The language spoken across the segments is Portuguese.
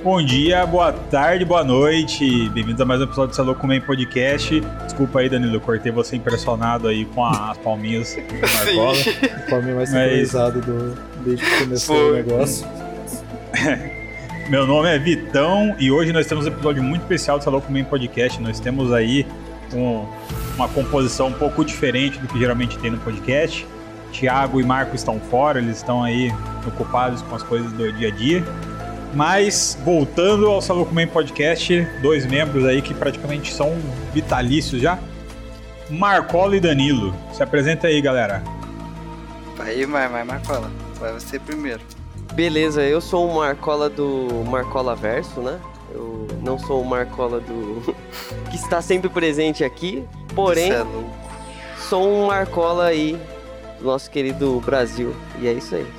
Bom dia, boa tarde, boa noite. Bem-vindos a mais um episódio do Cê é Louco Man Podcast. Desculpa aí, Danilo, eu cortei você impressionado aí com as palminhas do Marcola. O palminho mais sincronizado desde que começou o negócio. Meu nome é Vitão e hoje nós temos um episódio muito especial do Cê é Louco Man Podcast. Nós temos aí uma composição um pouco diferente do que geralmente tem no podcast. Thiago e Marco estão fora, eles estão aí ocupados com as coisas do dia a dia. Mas, voltando ao Cê é Louco Man Podcast, dois membros aí que praticamente são vitalícios já. Marcola e Danilo. Se apresenta aí, galera. Aí, Marcola. Vai você primeiro. Beleza, eu sou o Marcola do Marcola Verso, né? Eu não sou o Marcola do... que está sempre presente aqui, porém, sou um Marcola aí do nosso querido Brasil. E é isso aí.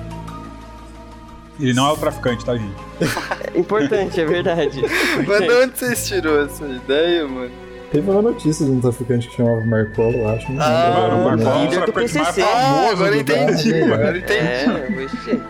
Ele não é o traficante, tá, gente? É importante, é verdade. Mas de onde vocês tirou essa ideia, mano? Teve uma notícia de um traficante que chamava Marcola, eu acho. O Marcola é o líder do traficante mais PCC. famoso Agora do entendi, Brasil. agora entendi.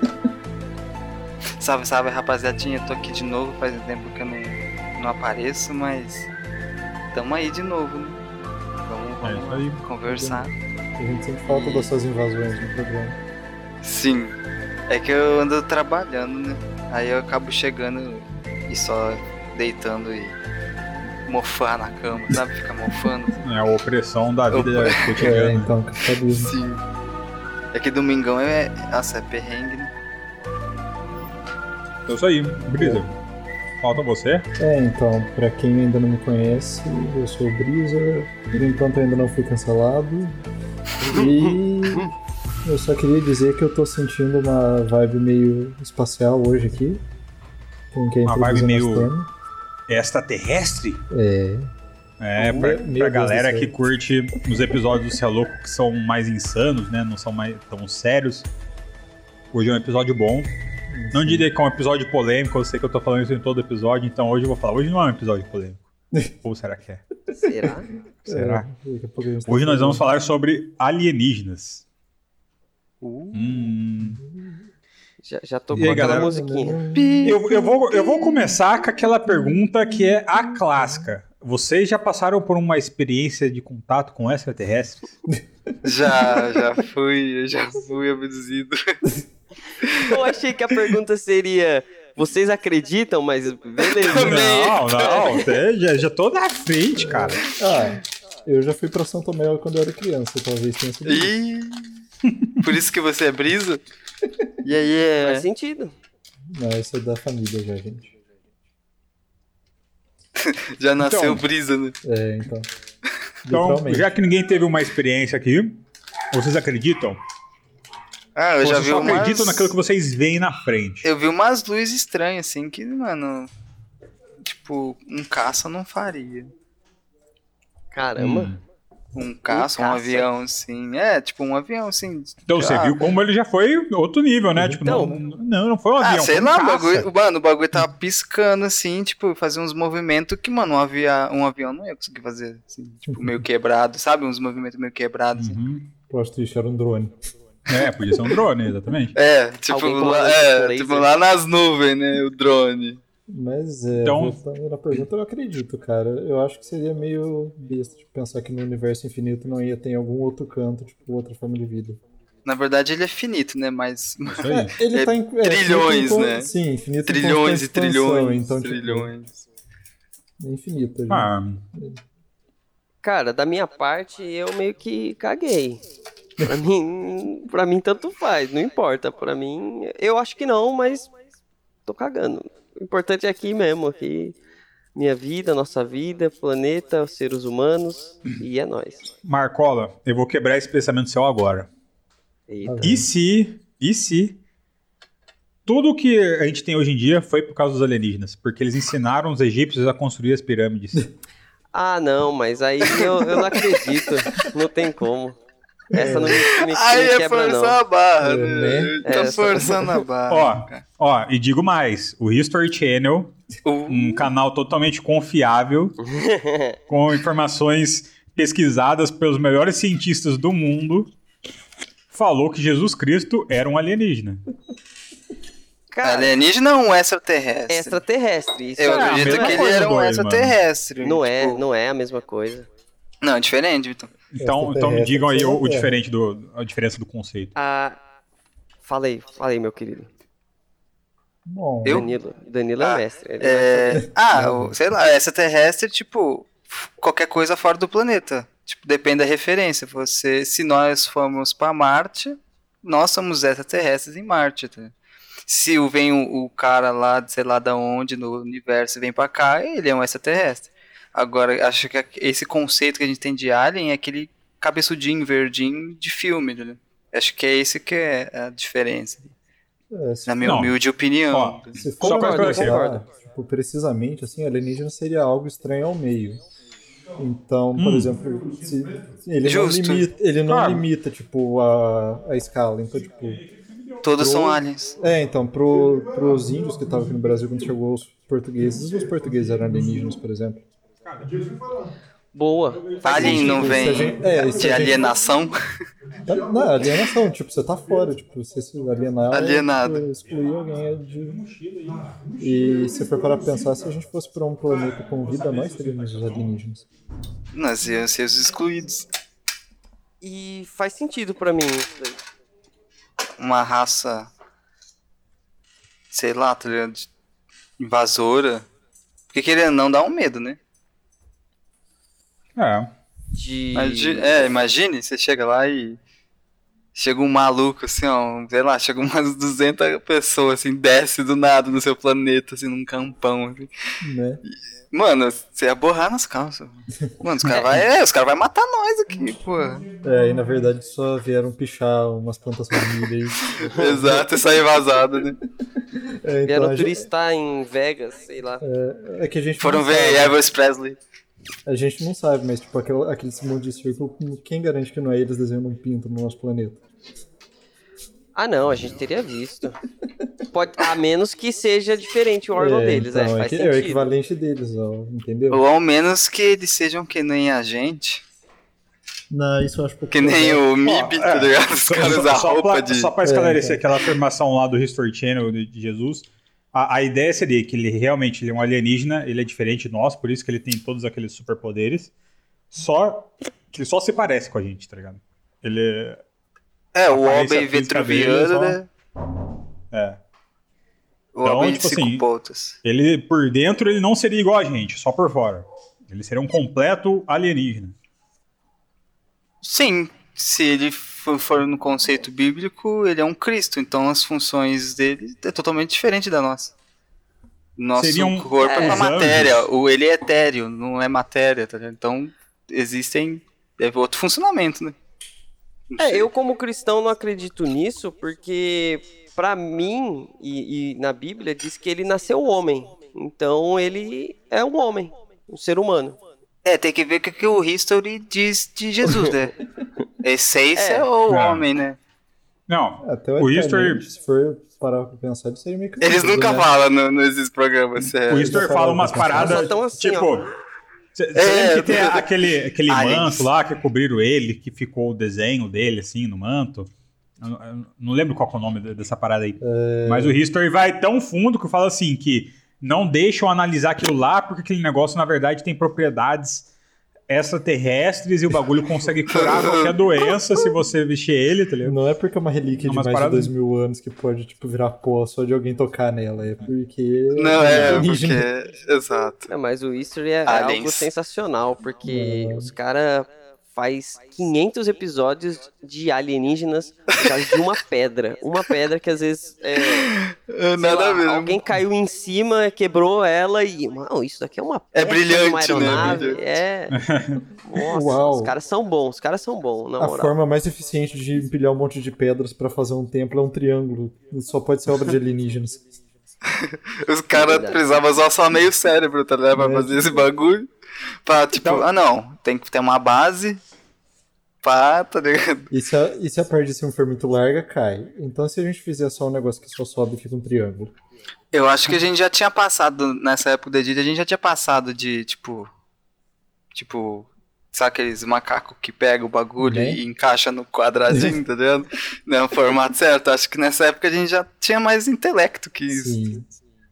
Oxê. Salve, rapaziadinha. Eu tô aqui de novo, faz tempo que eu não apareço, mas tamo aí de novo, né? Vamos aí. Conversar. A gente sempre falta das suas invasões no programa. Sim. É que eu ando trabalhando, né? Aí eu acabo chegando e só deitando e mofar na cama, sabe? Ficar mofando. É a opressão da vida cotidiana. Então, capitalismo. Sim. É que domingão Nossa, é perrengue, né? Então isso aí, Brisa. Falta você? Então, pra quem ainda não me conhece, eu sou o Brisa. Por enquanto eu ainda não fui cancelado. E eu só queria dizer que eu tô sentindo uma vibe meio espacial hoje aqui. Uma vibe meio extraterrestre? Pra galera que curte os episódios do Cê é Louco que são mais insanos, né? Não são mais tão sérios. Hoje é um episódio bom. Não diria que é um episódio polêmico, eu sei que eu tô falando isso em todo episódio, então hoje eu vou falar. Hoje não é um episódio polêmico. Ou será que é? Será? Será? Hoje nós vamos falar sobre alienígenas. Já tocou aquela musiquinha. Eu vou começar com aquela pergunta que é a clássica. Vocês já passaram por uma experiência de contato com extraterrestres? Já fui abduzido. Eu achei que a pergunta seria: vocês acreditam, mas beleza. Não, já tô na frente, cara. Eu já fui pra São Tomé quando eu era criança, talvez tenha sido. Por isso que você é Brisa? E aí Faz sentido. Não, isso é da família já, gente. Já nasceu Brisa, né? Então, já que ninguém teve uma experiência aqui, vocês acreditam? Eu já vi só acreditam naquilo que vocês veem na frente. Eu vi umas luzes estranhas, assim, que, mano, tipo, um caça não faria. Caramba. Um caça, um avião, assim. Tipo, um avião, assim. Então você viu como ele já foi outro nível, né? Tipo, então, não foi um avião, sei foi um lá, caça. o bagulho tava piscando, assim, tipo, fazia uns movimentos que, mano, um avião não ia conseguir fazer, assim, tipo, meio quebrado, sabe? Uns movimentos meio quebrados, assim. Plot twist era um drone. Podia ser um drone, exatamente. Tipo, lá nas nuvens, né, o drone. Mas então, voltando na pergunta, eu acredito, cara. Eu acho que seria meio besta de pensar que no universo infinito não ia ter em algum outro canto, tipo, outra forma de vida. Na verdade, ele é finito, né, mas... ele tá em... trilhões, né? Sim, infinito. Trilhões e trilhões, então, trilhões. Tipo, é infinito. Cara, da minha parte, eu meio que caguei. Pra mim tanto faz, não importa. Pra mim, eu acho que não, mas tô cagando. O importante é aqui mesmo, aqui. Minha vida, nossa vida, planeta, os seres humanos, e é nóis. Marcola, eu vou quebrar esse pensamento seu agora. Eita. E se tudo que a gente tem hoje em dia foi por causa dos alienígenas? Porque eles ensinaram os egípcios a construir as pirâmides. Não, mas aí eu não acredito. Não tem como. Essa não me aí quebra, não. Forçar a barra, né? Tá forçando a barra. E digo mais, o History Channel, um canal totalmente confiável, com informações pesquisadas pelos melhores cientistas do mundo, falou que Jesus Cristo era um alienígena. Cara, alienígena ou um extraterrestre? extraterrestre. Isso Eu a acredito mesma que ele coisa, era um dois, extraterrestre. não é, tipo, não é a mesma coisa. Não, é diferente, Vitor. Então me digam aí o Extraterrestre. diferente a diferença do conceito. Falei, meu querido. Bom, Eu? Danilo é mestre. Ele vai saber. Sei lá, extraterrestre, tipo, qualquer coisa fora do planeta. Tipo, depende da referência. Se nós formos pra Marte, nós somos extraterrestres em Marte, tá? Se vem o cara lá, sei lá da onde, no universo, vem pra cá, ele é um extraterrestre. Agora, acho que esse conceito que a gente tem de alien é aquele cabeçudinho, verdinho de filme, entendeu? Acho que é esse que é a diferença. Na minha Não. humilde opinião. Ó, se Só for pra analisar, esclarecer. tipo, precisamente, assim, alienígena seria algo estranho ao meio. Então, por exemplo, ele Justo. não limita, tipo, a escala. Então, tipo... Todos são aliens. Então, pros índios que estavam aqui no Brasil quando chegou os portugueses eram alienígenas, por exemplo. Boa. Alien não Se a vem gente- se de a gente- alienação. Não, alienação, tipo, você tá fora, tipo, você se alienar, Alienado. tipo, excluir alguém é de... E se for para pensar, se a gente fosse para um planeta com vida, nós teríamos os alienígenas. Nós íamos ser os excluídos. E faz sentido pra mim isso daí. Uma raça, sei lá, tá ligado? Invasora. Porque querendo ou não dá um medo, né? É. Imagine, você chega lá e chega um maluco assim, ó, sei lá, chega umas 200 pessoas assim, desce do nada no seu planeta, assim, num campão, assim. Né? Mano, você ia borrar nas calças. Mano, os caras vão matar nós aqui, pô. E na verdade só vieram pichar umas plantações de milho aí. Exato, e sair vazado, né? Então, Vieram turistar em Vegas, sei lá. é que a gente Foram não ver sabe. Elvis Presley. A gente não sabe, mas tipo, aquele monte de círculo, quem garante que não é eles desenhando um pinto no nosso planeta? Ah, não, a gente teria visto. A menos que seja diferente o órgão deles, então, faz é o sentido. equivalente deles, ó, entendeu? Ou ao menos que eles sejam que nem a gente. Não, isso eu acho pouco Que nem o MIB, tá ligado? Os caras usam roupa de... Só pra esclarecer aquela afirmação lá do History Channel de Jesus, a ideia seria que ele realmente é um alienígena, ele é diferente de nós, por isso que ele tem todos aqueles superpoderes, só que ele só se parece com a gente, tá ligado? Ele o aparência homem física dele vitruviano, só- né? é. O Então, homem tipo de cinco assim, pontas. Ele, por dentro, ele não seria igual a gente, só por fora. Ele seria um completo alienígena. Sim, se ele for no conceito bíblico, ele é um Cristo, então as funções dele é totalmente diferente da nossa. Nosso Seriam corpo é uma os matéria, anjos. ele é etéreo, não é matéria, tá ligado? Então existem outro funcionamento, né? Não sei. Eu como cristão não acredito nisso, porque pra mim, e na Bíblia, diz que ele nasceu homem. Então ele é um homem, um ser humano. Tem que ver o que o History diz de Jesus, né? Essência ou É. homem, né? Não, Até o History, se for parar pra pensar, isso seria meio que Eles absurdo, nunca né? falam nesses programas. o History fala umas paradas, Só tão assim, tipo... ó. Você lembra que tem eu- aquele Aliens. manto lá que cobriram ele, que ficou o desenho dele, assim, no manto? Eu não lembro qual que é o nome dessa parada aí. Mas o History vai tão fundo que fala assim, que não deixam analisar aquilo lá, porque aquele negócio, na verdade, tem propriedades extraterrestres e o bagulho consegue curar qualquer doença se você vestir ele, tá ligado? Não é porque é uma relíquia Não, de mas mais de paradas- 2000 anos que pode, tipo, virar pó só de alguém tocar nela. É porque... Não, alienígena. porque... Exato. Mas o History é Aliens. algo sensacional, porque os caras faz 500 episódios de alienígenas por causa de uma pedra. Uma pedra que às vezes sei Nada lá, a ver. alguém caiu em cima, quebrou ela e... Não, isso daqui é uma peça de uma brilhante, né? aeronave. Brilhante. Nossa, Uau. os caras são bons, na A moral. forma mais eficiente de empilhar um monte de pedras pra fazer um templo é um triângulo. Só pode ser obra de alienígenas. Os caras Verdade. precisavam usar só meio cérebro, tá ligado? Pra fazer esse bagulho. Pra, tipo, não, tem que ter uma base. Pá, tá ligado? E se a parte de cima for muito larga, cai. Então se a gente fizer só um negócio que só sobe, fica um triângulo. Eu acho que a gente já tinha passado, nessa época da Edith, a gente já tinha passado de, tipo, Sabe aqueles macacos que pegam o bagulho e encaixa no quadradinho, tá ligado? Não, o formato certo. Acho que nessa época a gente já tinha mais intelecto que isso. Sim.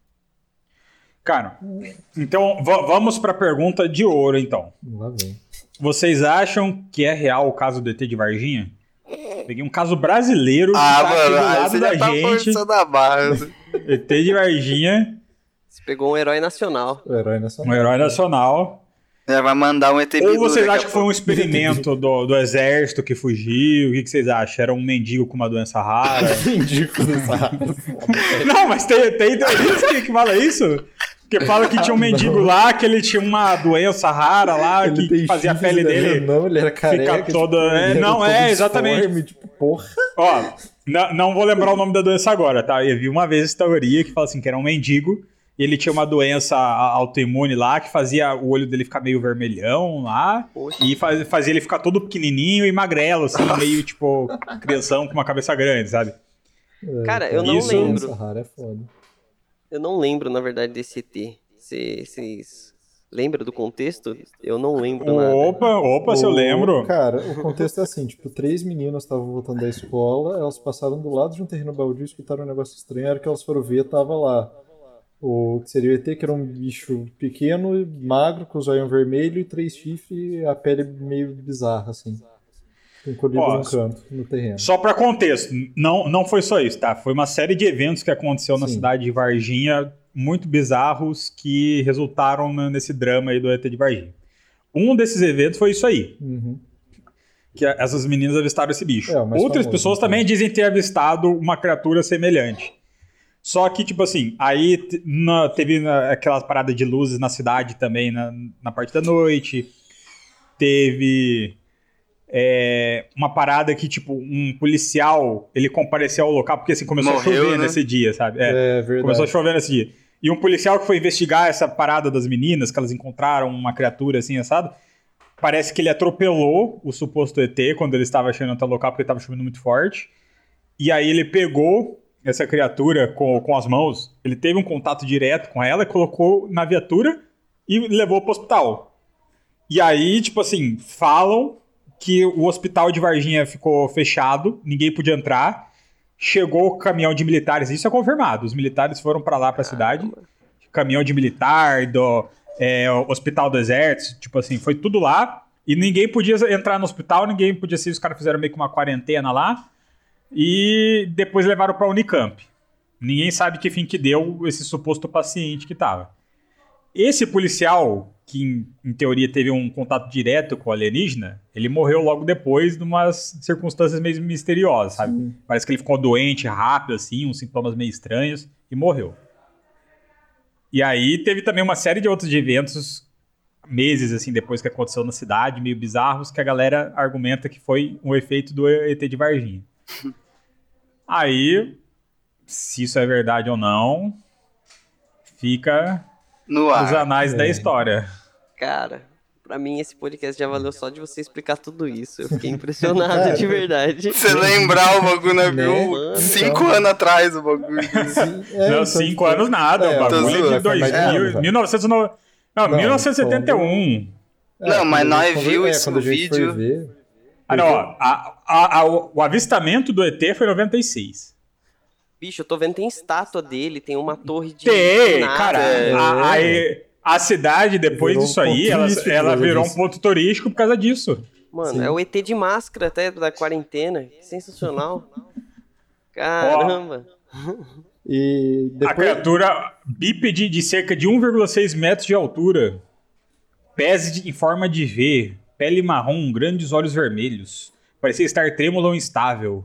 Cara, então vamos pra pergunta de ouro, então. Lá vem. Vocês acham que é real o caso do ET de Varginha? Peguei um caso brasileiro que tá aqui do lado da gente. Da barra. ET de Varginha. Você pegou um herói nacional. O herói nacional. Um herói nacional. Vai mandar um ET Ou vocês acham que foi um experimento do exército que fugiu? O que vocês acham? Era um mendigo com uma doença rara? Mendigo com doença rara. Não, mas tem teoria que fala isso? Que fala que tinha um mendigo lá, que ele tinha uma doença rara lá, Ele que fazia a pele dele não, ele era careca, ficar toda... todo exatamente. Disforme, tipo, porra. Ó, não vou lembrar o nome da doença agora, tá? Eu vi uma vez essa teoria que fala assim, que era um mendigo, e ele tinha uma doença autoimune lá, que fazia o olho dele ficar meio vermelhão lá, e fazia ele ficar todo pequenininho e magrelo, assim, meio, tipo, crianção com uma cabeça grande, sabe? Cara, eu não lembro. Doença rara é foda. Eu não lembro, na verdade, desse ET. Vocês lembram do contexto? Eu não lembro nada. Opa, se eu lembro. Cara, o contexto é assim, tipo, 3 meninas estavam voltando da escola, elas passaram do lado de um terreno baldio, escutaram um negócio estranho, a hora que elas foram ver, tava lá o que seria o ET, que era um bicho pequeno, magro, com o zoião vermelho e 3 chifres e a pele meio bizarra, assim. Encolhido num canto, no terreno. Só pra contexto, não foi só isso, tá? Foi uma série de eventos que aconteceu na cidade de Varginha, muito bizarros, que resultaram nesse drama aí do ET de Varginha. Um desses eventos foi isso aí. Uhum. Que essas meninas avistaram esse bicho. Outras famoso, pessoas também dizem ter avistado uma criatura semelhante. Só que, tipo assim, aí teve aquela parada de luzes na cidade também, na parte da noite. Teve... uma parada que, tipo, um policial, ele compareceu ao local, porque assim, começou a chover nesse dia, sabe? Verdade. Começou a chover nesse dia. E um policial que foi investigar essa parada das meninas, que elas encontraram uma criatura assim, assado, parece que ele atropelou o suposto ET quando ele estava chegando até o local, porque estava chovendo muito forte. E aí ele pegou essa criatura com as mãos, ele teve um contato direto com ela, colocou na viatura e levou pro hospital. E aí, tipo assim, falam que o hospital de Varginha ficou fechado, ninguém podia entrar, chegou o caminhão de militares, isso é confirmado, os militares foram pra lá, pra cidade, caminhão de militar, do hospital do exército, tipo assim, foi tudo lá, e ninguém podia entrar no hospital, ninguém podia ser, os caras fizeram meio que uma quarentena lá, e depois levaram pra Unicamp. Ninguém sabe que fim que deu esse suposto paciente que tava. Esse policial, que em teoria teve um contato direto com o alienígena, ele morreu logo depois de umas circunstâncias meio misteriosas, sabe? Sim. Parece que ele ficou doente rápido, assim, uns sintomas meio estranhos, e morreu. E aí teve também uma série de outros eventos, meses assim, depois que aconteceu na cidade, meio bizarros, que a galera argumenta que foi um efeito do ET de Varginha. Aí, se isso é verdade ou não, fica nos anais da história. Cara, pra mim esse podcast já valeu só de você explicar tudo isso. Eu fiquei impressionado, de verdade. Você lembrar o bagulho, né? Viu? 5 anos atrás o bagulho. Não, 5 anos nada. O bagulho é de 1971. Não, mas nós viu isso no vídeo. O avistamento do ET foi em 96. Bicho, eu tô vendo, tem estátua dele, tem uma torre de... Cara, a cidade, depois disso aí, ela virou um ponto turístico por causa disso. Mano, sim. É o ET de máscara até da quarentena. Sensacional. Caramba. E depois... A criatura bípede de cerca de 1,6 metros de altura. Pés em forma de V. Pele marrom, grandes olhos vermelhos. Parecia estar trêmulo ou instável.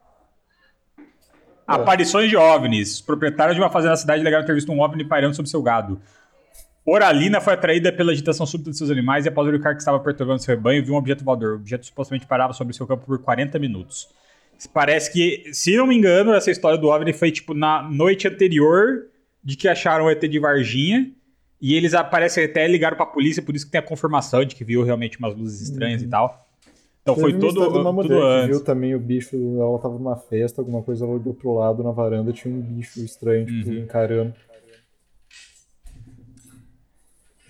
Aparições de OVNIs. Os proprietários de uma fazenda na cidade alegaram ter visto um OVNI pairando sobre seu gado. Oralina foi atraída pela agitação súbita de seus animais e após verificar que estava perturbando seu rebanho, viu um objeto voador. O objeto supostamente parava sobre seu campo por 40 minutos. Parece que, se não me engano, essa história do OVNI foi tipo na noite anterior de que acharam o ET de Varginha. E eles aparecem até ligaram pra polícia, por isso que tem a confirmação de que viu realmente umas luzes estranhas e tal. Então foi tudo antes. Viu também o bicho, ela tava numa festa, alguma coisa, ela olhou pro lado na varanda, tinha um bicho estranho, tipo, encarando.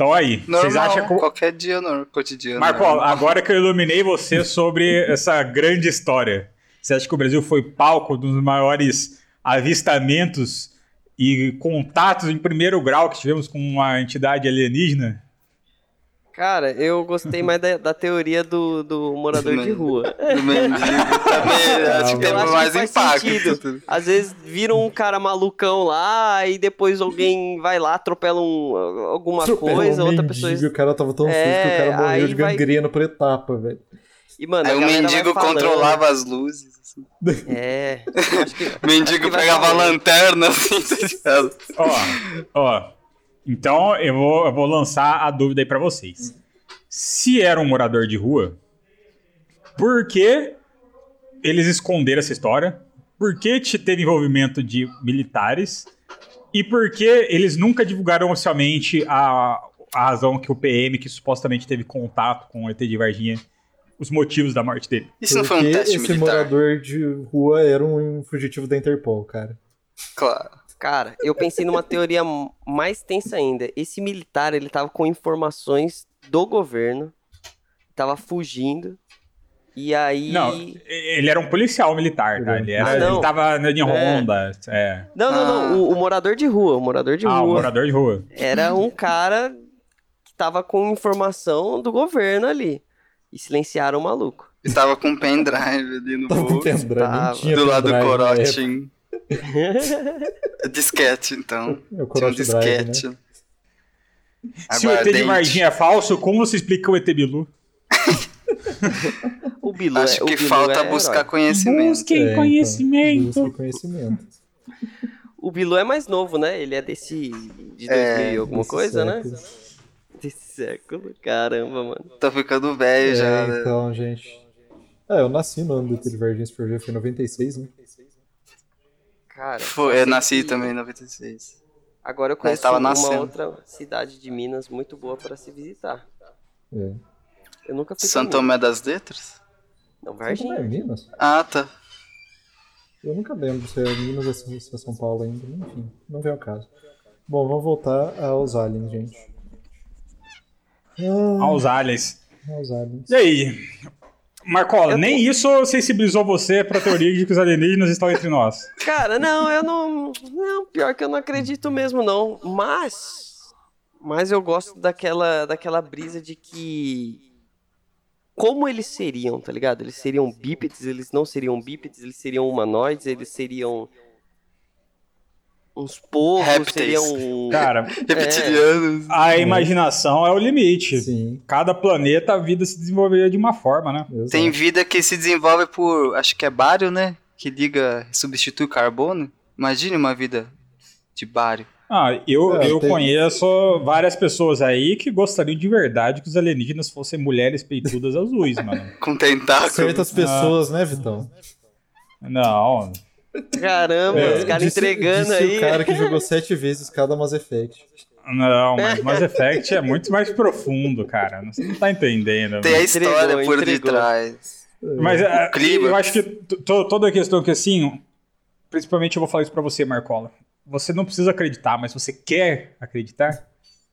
Então aí, vocês Normal, acham que... qualquer dia cotidiano. Marcola, agora que eu iluminei você sobre essa grande história, você acha que o Brasil foi palco dos maiores avistamentos e contatos em primeiro grau que tivemos com uma entidade alienígena? Cara, eu gostei mais da teoria do morador de rua. Do mendigo também, acho que Eu tem acho mais que faz impacto. sentido. Às vezes viram um cara malucão lá e depois alguém vai lá, atropela alguma coisa, outra pessoa... O cara tava tão sujo que o cara morreu aí de vai- gangrena por etapa, velho. E, mano, Aí a o galera vai mendigo falando. controlava as luzes. Assim. Eu acho que... O mendigo vai pegava a falando. lanterna, assim, tá ligado? Ó, então eu vou lançar a dúvida aí pra vocês. Se era um morador de rua, por que eles esconderam essa história? Por que teve envolvimento de militares? E por que eles nunca divulgaram oficialmente a razão que o PM, que supostamente teve contato com o ET de Varginha, os motivos da morte dele? Isso não foi um Porque teste esse militar? morador de rua era um fugitivo da Interpol, cara. Claro. Cara, eu pensei numa teoria mais tensa ainda. Esse militar, ele tava com informações do governo, tava fugindo, e aí... Não, ele era um policial militar, tá? Ele não. tava em ronda. É. Não, o morador de rua, o morador de O rua morador de rua. era um cara que tava com informação do governo ali, e silenciaram o maluco. E tava com um pendrive ali no Tava com bolso. pendrive, tava. não tinha Do lado do pendrive na época. corotinho. Disquete, então. É o Tinha um corote drive, disquete. né? Se o ET de Aguardente. Varginha é falso, como você explica o ET Bilu? O Bilu Acho o que Bilu falta é buscar herói. conhecimento. Busquem conhecimento. Busquem conhecimento. O Bilu é mais novo, né? Ele é de 2000 e alguma Desse coisa, século. né? Desse século, caramba, mano. Tô ficando velho já, né? Então, gente... eu nasci no ano do ET de Varginha, se for ver, foi em 96, né? Cara, Foi, eu nasci também em 96. agora eu Mas conheço tava uma nascendo. outra cidade de Minas muito boa pra se visitar. É. Eu nunca fui Santo pra Tomé das Letras? Não, Não é Varginha. Minas? Ah, tá. Eu nunca lembro se é Minas ou se é São Paulo ainda. Enfim, não vem ao caso. Bom, vamos voltar aos aliens, gente. Aos aliens. Aos aliens. E aí? Marcola, Eu nem isso sensibilizou você pra teoria de que os alienígenas estão entre nós. Cara, não, eu não... Não, pior que eu não acredito mesmo, não. Mas eu gosto daquela brisa de que... Como eles seriam, tá ligado? Eles seriam bípedes, eles não seriam bípedes, eles seriam humanoides, eles seriam... Uns povos, Répteis. seriam... Cara, Reptilianos. a imaginação é o limite. Sim, Cada planeta a vida se desenvolveria de uma forma, né? exato. Tem vida que se desenvolve por, acho que é bário, né? Que liga, substitui carbono. Imagine uma vida de bário. Eu tem- conheço várias pessoas aí que gostariam de verdade que os alienígenas fossem mulheres peitudas azuis, mano. Com tentáculos. Certas pessoas, né, Vitão? Não. Caramba, os caras entregando disse aí. o cara que jogou 7 vezes cada Mass Effect. Não, mas Mass Effect é muito mais profundo, cara. Você não tá entendendo. Tem a mano. história por entregou. detrás. Mas clima. eu acho que toda a questão que, assim, principalmente eu vou falar isso pra você, Marcola. Você não precisa acreditar, mas você quer acreditar?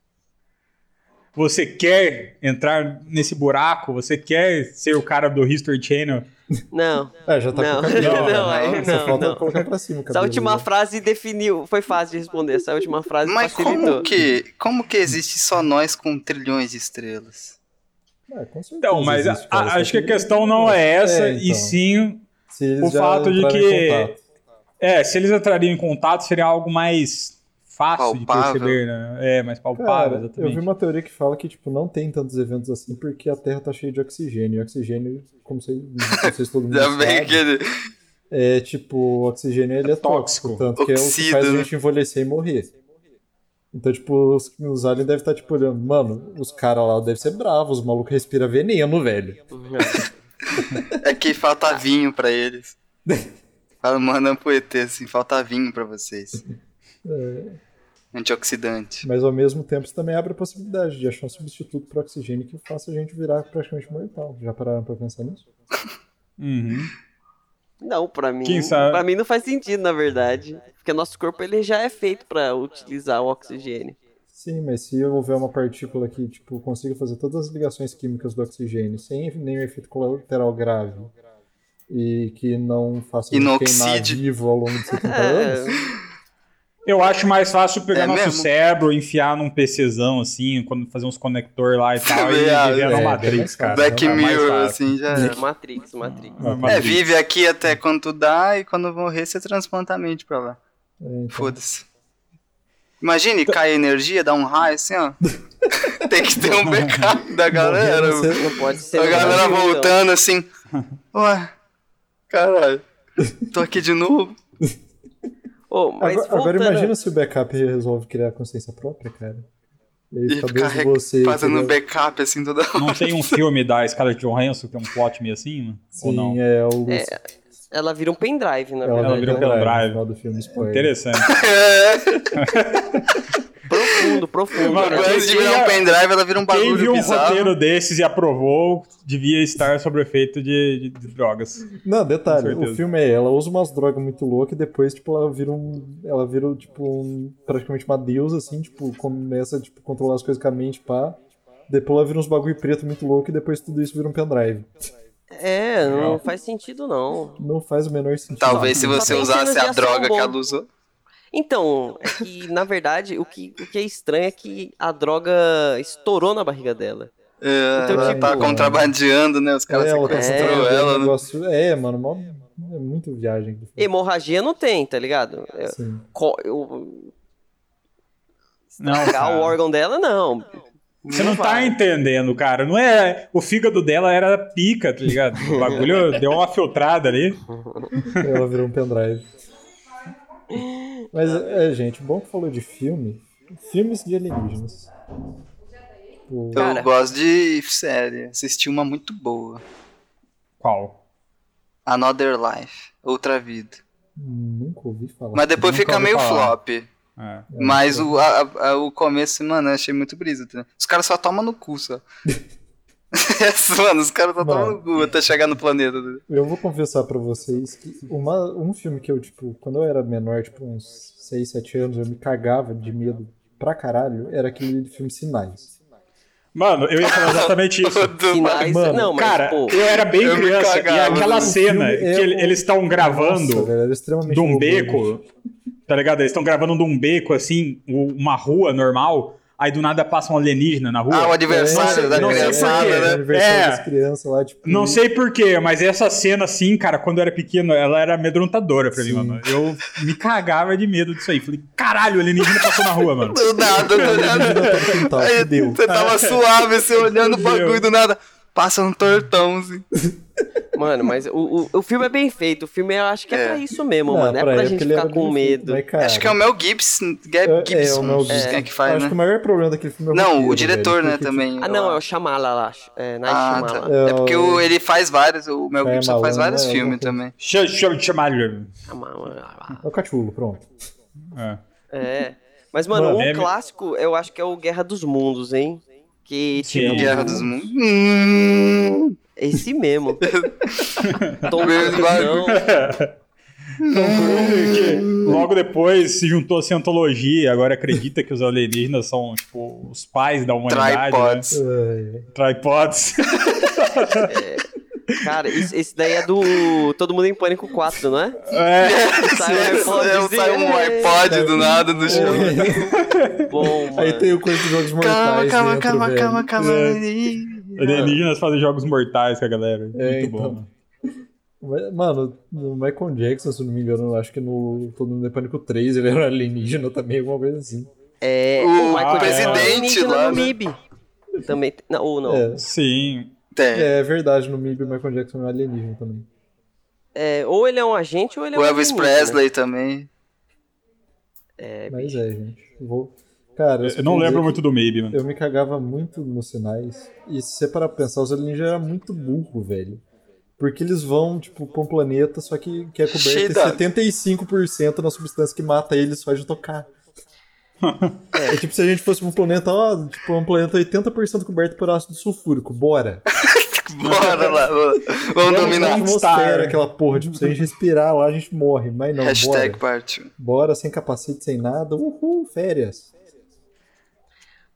Você quer entrar nesse buraco? Você quer ser o cara do History Channel? Não. Já tá Não, com o cabelo. não, aí Só falta não. colocar pra cima o cabelo. Essa última né? frase definiu. Foi fácil de responder. Essa última frase Mas facilitou. como que existe só nós com trilhões de estrelas? Com certeza Então, mas existe, cara, só acho que a questão não é essa, e então. sim Se eles o já fato de entrarem em que... contato. se eles entrariam em contato, seria algo mais fácil Palpável. de perceber, né? Mais palpável, Cara, eu exatamente. vi uma teoria que fala que tipo, não tem tantos eventos assim porque a Terra tá cheia de oxigênio. E oxigênio, como vocês, não sei se todo mundo Já sabe, vem aquele. o oxigênio ele é tóxico, tanto que é o que Oxida, faz a né? gente envelhecer e morrer. Então, tipo, os aliens devem estar, tipo, olhando, mano, os caras lá devem ser bravos, os malucos respiram veneno, velho. É que falta vinho pra eles. Fala, manda pro ET assim, falta vinho pra vocês. Antioxidante. Mas ao mesmo tempo você também abre a possibilidade de achar um substituto para oxigênio que faça a gente virar praticamente mortal. Já pararam pra pensar nisso? Uhum. Não, pra mim, Quem sabe? pra mim não faz sentido, na verdade. Porque nosso corpo ele já é feito pra utilizar o oxigênio. Sim, mas se houver uma partícula que tipo, consiga fazer todas as ligações químicas do oxigênio sem nenhum efeito colateral grave e que não faça a gente queimar vivo ao longo de 70 anos... Eu acho mais fácil pegar nosso mesmo? cérebro, enfiar num PCzão, assim, quando fazer uns conector lá e tal, e viver na Matrix, cara. Black É mais Mirror, fácil. assim, já é. Matrix. Vive aqui até quando tu dá e quando morrer você transplanta a mente pra lá. Então, Foda-se. Imagine, cai energia, dá um raio assim, ó. Tem que ter um backup da galera. Não pode ser. A no galera Brasil, então. voltando assim. Ué, caralho. Tô aqui de novo. Oh, mas agora voltando- imagina se o backup resolve criar consciência própria, cara. E aí E fica ficar desde você... fazendo entendeu? backup assim toda hora. Não tem um filme da Scarlett Johansson que tem um plot meio assim, mano? Ou não? Sim, é o... Ela vira um pendrive, na Ela verdade. vira um pendrive pendrive. no final do filme, spoiler. Interessante. Profundo. Mano, né? Antes de virar um pendrive, ela vira um Quem bagulho viu um bizarro. roteiro desses e aprovou, devia estar sob efeito de drogas. Não, detalhe, Com certeza. o filme é, ela usa umas drogas muito loucas e depois, tipo, ela vira tipo, praticamente uma deusa, assim, tipo, começa, tipo, controlar as coisas com a mente, pá. Depois ela vira uns bagulho preto muito louco e depois tudo isso vira um pendrive. Não faz sentido, não. Não faz o menor sentido. Talvez se Só você tem usasse cenas de a ação droga bom. que ela usou. Então, é que, na verdade, o que é estranho é que a droga estourou na barriga dela. Então, Ela tipo, tá contrabandeando, né? Os caras ela tá sequestrou sentindo ela, um né? negócio... mano, é muito viagem. Hemorragia não tem, tá ligado? Sim. Não, Estragar cara. o órgão dela, não. Você não tá vai. entendendo, cara. Não é. O fígado dela era pica, tá ligado? O bagulho deu uma filtrada ali. Ela virou um pendrive. Mas, gente, bom que falou de filme. Filmes de alienígenas. Tipo, Eu gosto de série. Assisti uma muito boa. Qual? Another Life. Outra Vida. nunca ouvi falar. Mas depois Nunca fica ouvi meio falar. flop. É. Mas o começo, mano, eu achei muito brisa. Tá? Os caras só tomam no cu, só. Mano, os caras só tomam no cu até chegar no planeta. Eu vou confessar pra vocês que um filme que eu, tipo, quando eu era menor, tipo, uns 6, 7 anos, eu me cagava de medo pra caralho, era aquele filme Sinais. Mano, eu ia falar exatamente isso. Sinais, Mano, não, mas, Cara, pô, eu era bem eu me criança e cagava. aquela O cena filme que é eles estão gravando Nossa, velho, era extremamente de um horroroso. beco, tá ligado? Eles estão gravando de um beco, assim, uma rua normal, aí do nada passa um alienígena na rua. Ah, o adversário da não sei criançada, por quê. O né? aniversário É. das crianças lá, tipo... Não sei porquê, mas essa cena, assim, cara, quando eu era pequeno, ela era amedrontadora pra mim, Sim. mano. Eu me cagava de medo disso aí. Falei, caralho, o alienígena passou na rua, mano. Do nada, do nada. Aí fudeu. você tava suave, assim, olhando o bagulho do nada. Passa um tortão, assim. mano, mas o filme é bem feito. O filme eu acho que é pra isso mesmo, mano. É pra época gente ele ficar era com bem medo. feito, mas, cara, Acho que é o Mel Gibson. o Mel Gibson. Quem é que faz, Acho né? que o maior problema daquele filme é o Não, roteiro, o diretor, velho, né, porque, também. Ah, não, é o Shyamalan lá. É, Night Ah, Shyamalan. tá. É porque ele faz vários, o Mel Gibson Shyamalan, faz vários né, filmes alguma também. Chamar. É o Cthulhu, pronto. É. Mas, mano, Mano, um é- clássico eu acho que é o Guerra dos Mundos, hein? Que, Sim. tipo, Guerra dos Mundos. esse mesmo. Tom Mesmo Cruzão. Que logo depois se juntou a Cientologia, agora acredita que os alienígenas são, tipo, os pais da humanidade. Tripods. Né? Tripods. Cara, esse daí é do Todo Mundo em Pânico 4, não é? Sai um iPodzinho, Sai um iPod do nada do chão. Bom, mano. Aí tem o coisa dos Jogos Mortais dentro, velho. calma. Alienígenas fazem jogos mortais com a galera. Muito então. bom, mano. Mano, no Michael Jackson, se eu não me engano, acho que no Todo Mundo em Pânico 3 ele era alienígena também, alguma coisa assim. É, O Michael presidente Jackson é alienígena lá, no né? MIB. Também, não, ou não. É, Sim. é verdade, no MIB o Michael Jackson é alienígena também. É, ou ele é um agente ou ele é um O Elvis alienígena. Presley também. Mas gente. Cara, Eu não lembro muito do Maybe, mano. Eu me cagava muito nos Sinais. E se você parar pra pensar, os alienígenas eram muito burro, velho. Porque eles vão, tipo, pra um planeta, só que é coberto em 75% na substância que mata eles só de tocar. É tipo se a gente fosse pra um planeta, tipo, um planeta 80% coberto por ácido sulfúrico. Bora! Bora lá, vamos dominar. Na atmosfera, aquela porra. Tipo, se a gente respirar lá, a gente morre. Mas não, Hashtag bora. partiu. Bora, sem capacete, sem nada. Uhul, férias.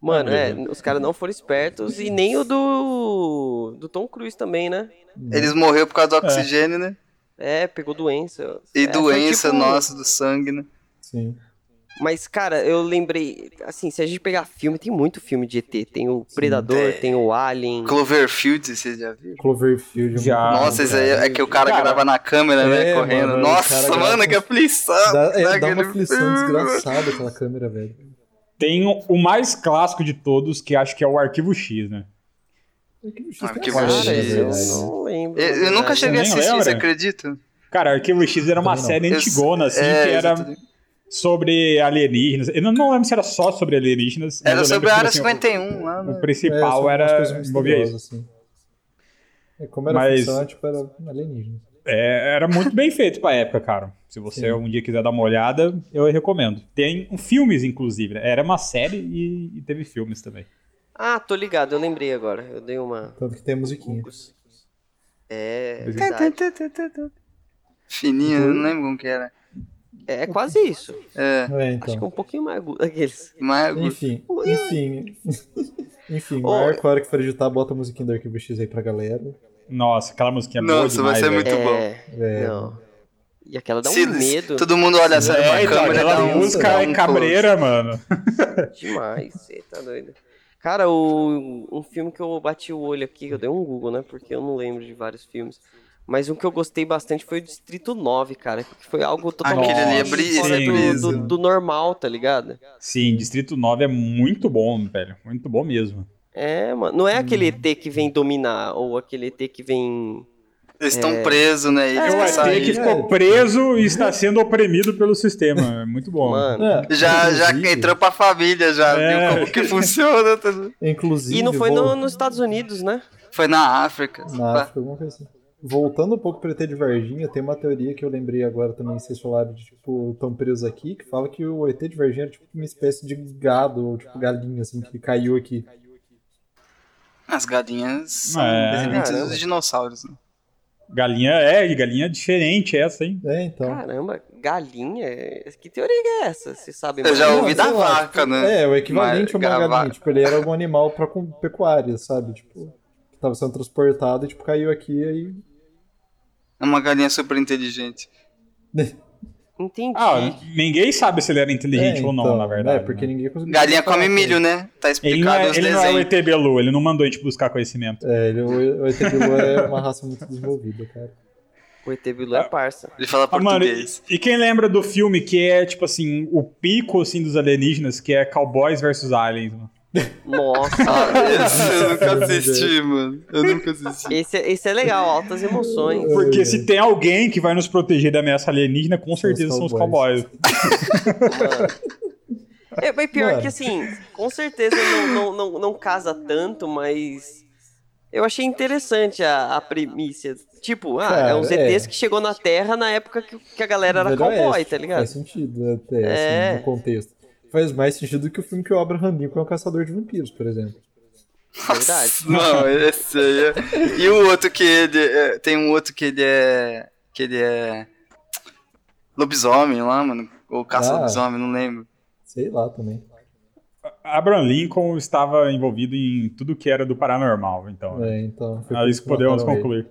Mano, os caras não foram espertos e nem o do Tom Cruise também, né? Eles morreram por causa do oxigênio, né? Pegou doença. E doença, foi tipo... nossa, do sangue, né? Sim. Mas, cara, eu lembrei, assim, se a gente pegar filme, tem muito filme de ET. Tem o Predador, tem o Alien. Cloverfield, vocês já viram? Cloverfield. Já. Nossa, esse aí é que o cara grava na câmera, né? Correndo. Mano, Nossa, mano, que aflição! Dá uma aflição desgraçada aquela câmera, velho. Tem o mais clássico de todos, que acho que é o Arquivo X, né? Arquivo X. Eu não lembro. Eu nunca cheguei a nem assistir, lembra? você acredita? Cara, Arquivo X era uma série antigona, assim, que era exatamente. sobre alienígenas. Eu não lembro se era só sobre alienígenas. Mas Era eu sobre lembro a que, área assim, 51 lá, o né? principal era envolvia isso. Assim. Como era Mas- ficção, tipo, era alienígena. Era muito bem feito pra época, cara. Se você um dia quiser dar uma olhada, eu recomendo. Tem filmes, inclusive, né? Era uma série e teve filmes também. Ah, tô ligado, eu lembrei agora. Eu dei uma... Tanto que tem a musiquinha. Verdade. Fininha, não lembro como que era. É quase isso. Então. Acho que um pouquinho mais agudo aqueles. Mas Enfim. Marco, a hora que for editar, bota a musiquinha do Arquivo X aí pra galera. Nossa, aquela musiquinha boa Nossa, vai demais, ser velho. muito bom. Não. E aquela dá um Se medo todo mundo olha essa Então, câmera, aquela dá um- música dá é um cabreira, mano. demais. Você tá doido. Cara, um filme que eu bati o olho aqui, que eu dei um Google, né? Porque eu não lembro de vários filmes. Mas um que eu gostei bastante foi o Distrito 9, cara. Que foi algo totalmente Aquele ali é fora brisa. do normal, tá ligado? Sim, Distrito 9 é muito bom, velho. Muito bom mesmo. Mano. Não é aquele ET que vem dominar, ou aquele ET que vem... Eles estão presos, né? Eles É o vão ET sair. que ficou preso e está sendo oprimido pelo sistema. É muito bom. Mano. Já Inclusive- entrou pra família, já viu como que funciona. Inclusive. E não foi nos Estados Unidos, né? Foi na África. Na África, alguma coisa assim. Voltando um pouco pro ET de Varginha, tem uma teoria que eu lembrei agora também, vocês falaram de, tipo, estão presos aqui, que fala que o ET de Varginha era, tipo, uma espécie de gado, ou, tipo, galinha, assim, que caiu aqui. As galinhas são É. descendentes Caramba. dos dinossauros. Né? Galinha diferente essa, hein? Então. Caramba, galinha? Que teoria é essa? Você sabe Eu já mais? ouvi da sei lá, vaca, tipo, né? o equivalente a uma Mas galinha. vaca. Tipo, ele era algum animal pra pecuária, sabe? Tipo, que tava sendo transportado e, tipo, caiu aqui aí. É uma galinha super inteligente. Entendi. Ninguém sabe se ele era inteligente ou não, então, na verdade. É, porque né? ninguém conseguiu. Galinha falar come com milho, ele. né? Tá Ele não explicado é, os ele não é o desenhos. ET Bilu, ele não mandou a gente buscar conhecimento. O ET Bilu é uma raça muito desenvolvida, cara. O ET Bilu é parça. Ele fala Ah, mano, português. e quem lembra do filme que é, tipo assim, o pico, assim, dos alienígenas, que é Cowboys versus Aliens, mano? Nossa, Esse eu nunca assisti, mano. Eu nunca assisti. esse é legal, altas emoções. Porque se tem alguém que vai nos proteger da ameaça alienígena, com certeza são os cowboys. Mas pior Mano. que assim, com certeza não casa tanto, mas eu achei interessante a premissa. Tipo, Cara, é uns ETs que chegou na Terra na época que a galera era Velho cowboy, Oeste, tá ligado? Faz sentido até, assim, no contexto. Faz mais sentido do que o filme que o Abraham Lincoln é um caçador de vampiros, por exemplo. Verdade. Não, esse aí é... E o outro que ele... tem um outro que ele é... Que ele é... Lobisomem lá, mano. Ou caça-lobisomem, não lembro. Sei lá também. Abraham Lincoln estava envolvido em tudo que era do paranormal, então. Então. foi É por isso que que podemos mataram ele. concluir.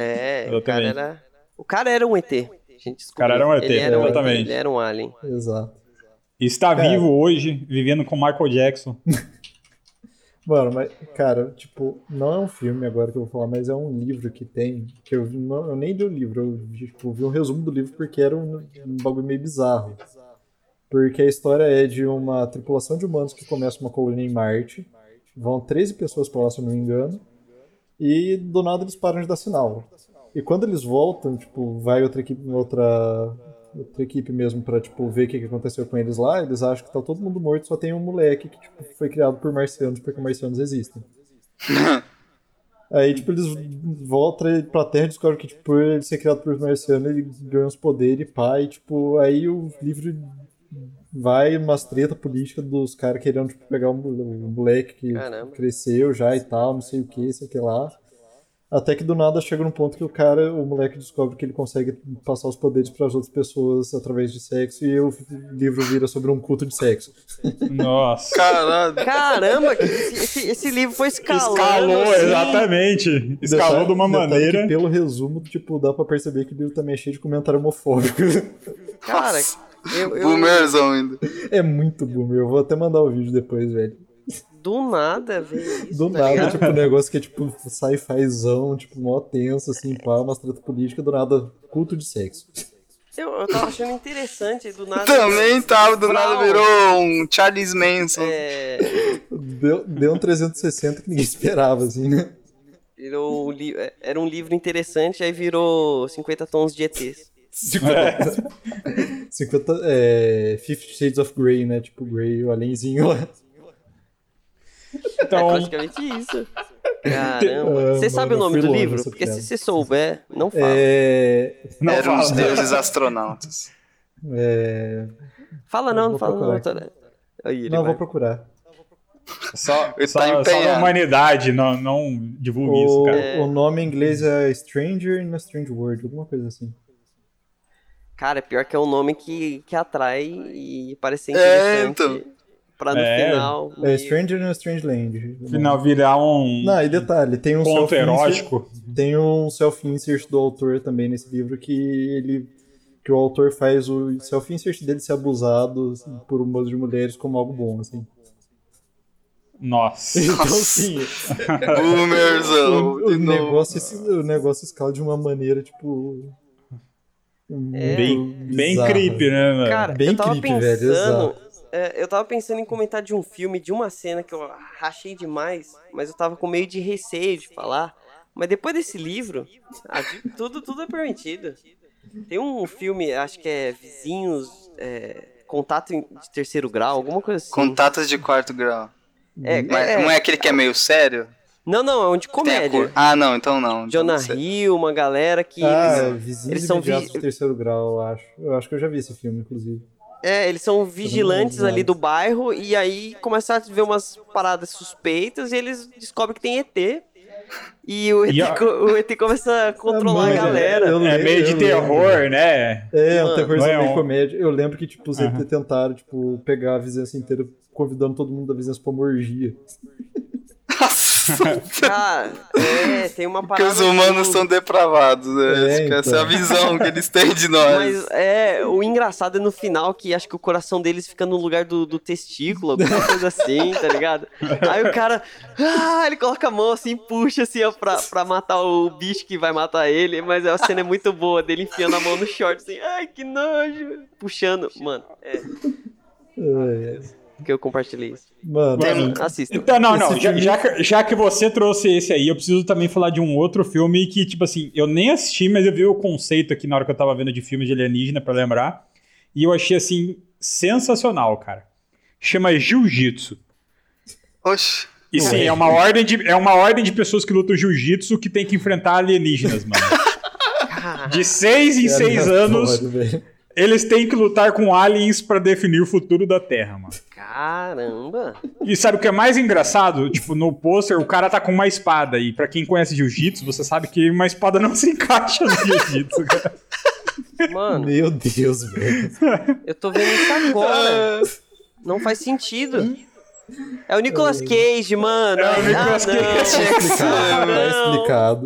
O cara era um ET. A gente descobriu. O cara era um ET, ele era um exatamente. ET, ele era um alien. Exato. E está Cara. vivo hoje, vivendo com Michael Jackson. Mano, mas, cara, tipo, não é um filme agora que eu vou falar, mas é um livro que tem, que eu nem li o livro, eu vi um resumo do livro porque era um bagulho meio bizarro. Porque a história é de uma tripulação de humanos que começa uma colônia em Marte, vão 13 pessoas pra lá, se eu não me engano, e do nada eles param de dar sinal. E quando eles voltam, tipo, vai outra equipe mesmo pra, tipo, ver o que aconteceu com eles lá, eles acham que tá todo mundo morto, só tem um moleque que, tipo, foi criado por marcianos, porque marcianos existem. Aí, tipo, eles voltam pra Terra e descobrem que, tipo, por ele ser criado por marcianos, ele ganha uns poderes, pá, e, tipo, aí o livro vai umas treta política dos caras querendo, tipo, pegar o moleque que Caramba. cresceu já e tal, não sei o que, sei o que lá. Até que do nada chega num ponto que o moleque descobre que ele consegue passar os poderes para as outras pessoas através de sexo e o livro vira sobre um culto de sexo. Nossa. Caralho. Caramba, esse livro foi escalando. Escalou, assim. exatamente. Escalou de uma Detalhe maneira. que, pelo resumo, tipo, dá pra perceber que o livro também é cheio de comentário homofóbico. Cara, Nossa. eu Boomerzão ainda. É muito boomer. Eu vou até mandar o vídeo depois, velho. do nada veio isso. Do tá nada, ligado? tipo, um negócio que é tipo sci-fizão, tipo, mó tenso, assim, pá, umas treta política, do nada, culto de sexo. Eu tava achando interessante, do nada. Também tava, do nada Frau. virou um Charles Manson. Deu um 360 que ninguém esperava, assim, né? Virou era um livro interessante, aí virou 50 tons de ETs. 50 Shades of Grey, né? Tipo, Grey, o alienzinho lá. É Então, praticamente isso. Caramba. Ah, Você sabe mano, o nome eu fui do longe livro? nessa Porque piada. se você souber, não fala. não Eram os fala. deuses astronautas. Fala não, vou não fala não. procurar Aí ele Não, vai. vou procurar. Só, Ele só, tá só empenhado. na humanidade, não divulgue isso, cara. O nome em inglês é Stranger in a Strange World, alguma coisa assim. Cara, pior que é um nome que atrai e parece ser É, interessante. então. Pra no final. É meio- Stranger in a Strange Land. No final virar um Não, e detalhe, tem um ponto self-insert. erótico. Tem um self-insert do autor também nesse livro que o autor faz o self-insert dele ser abusado assim, por um monte de mulheres como algo bom, assim. Nossa. Então, sim, Boomerzão. o de novo. negócio escala de uma maneira, tipo... Bem bizarra. creepy, né, mano? Cara, Bem eu tava creepy, velho, pensando. exato. Eu tava pensando em comentar de um filme, de uma cena que eu rachei demais, mas eu tava com meio de receio de falar. Mas depois desse livro, tudo é permitido. Tem um filme, acho que é Vizinhos, Contato de Terceiro Grau, alguma coisa assim. Contatos de quarto grau. É, Mas não é aquele que é meio sério? Não, é um de Tem a comédia. cor. Ah, não, então não. Então Jonah não sei. Hill, uma galera que Vizinhos eles são imediatos de terceiro grau, eu acho. Eu acho que eu já vi esse filme, inclusive. eles são vigilantes nada. ali do bairro e aí começam a ver umas paradas suspeitas e eles descobrem que tem ET. E o ET começa a controlar mano, a galera. É meio de terror, né? É, um Mano, terrorzinho não é meio um- comédia. Eu lembro que, tipo, os ET tentaram, tipo, pegar a vizinhança inteira, convidando todo mundo da vizinhança pra uma orgia. Nossa, Cara, tem uma porque parada. os humanos são depravados, né? É, Essa é a então. visão que eles têm de nós. Mas o engraçado é no final que acho que o coração deles fica no lugar do testículo, alguma coisa assim, tá ligado? Aí o cara, ele coloca a mão assim, puxa assim, ó, pra matar o bicho que vai matar ele, mas a cena é muito boa dele enfiando a mão no short assim, ai que nojo, puxando, mano, que eu compartilhei isso. Mano, Assista. Então, não. Esse filme- Já que você trouxe esse aí, eu preciso também falar de um outro filme que, tipo assim, eu nem assisti, mas eu vi o conceito aqui na hora que eu tava vendo de filme de alienígena, pra lembrar. E eu achei, assim, sensacional, cara. Chama Jiu-Jitsu. Oxe. E sim, é uma ordem de pessoas que lutam jiu-jitsu que tem que enfrentar alienígenas, mano. De 6 em 6 anos, velho. eles têm que lutar com aliens pra definir o futuro da Terra, mano. Caramba! E sabe o que é mais engraçado? Tipo, no pôster, o cara tá com uma espada. E pra quem conhece jiu-jitsu, você sabe que uma espada não se encaixa no jiu-jitsu, cara. Mano, Meu Deus, velho. eu tô vendo isso agora. Não faz sentido. É o Nicolas Cage, mano. É o Nicolas Cage. Tá explicado.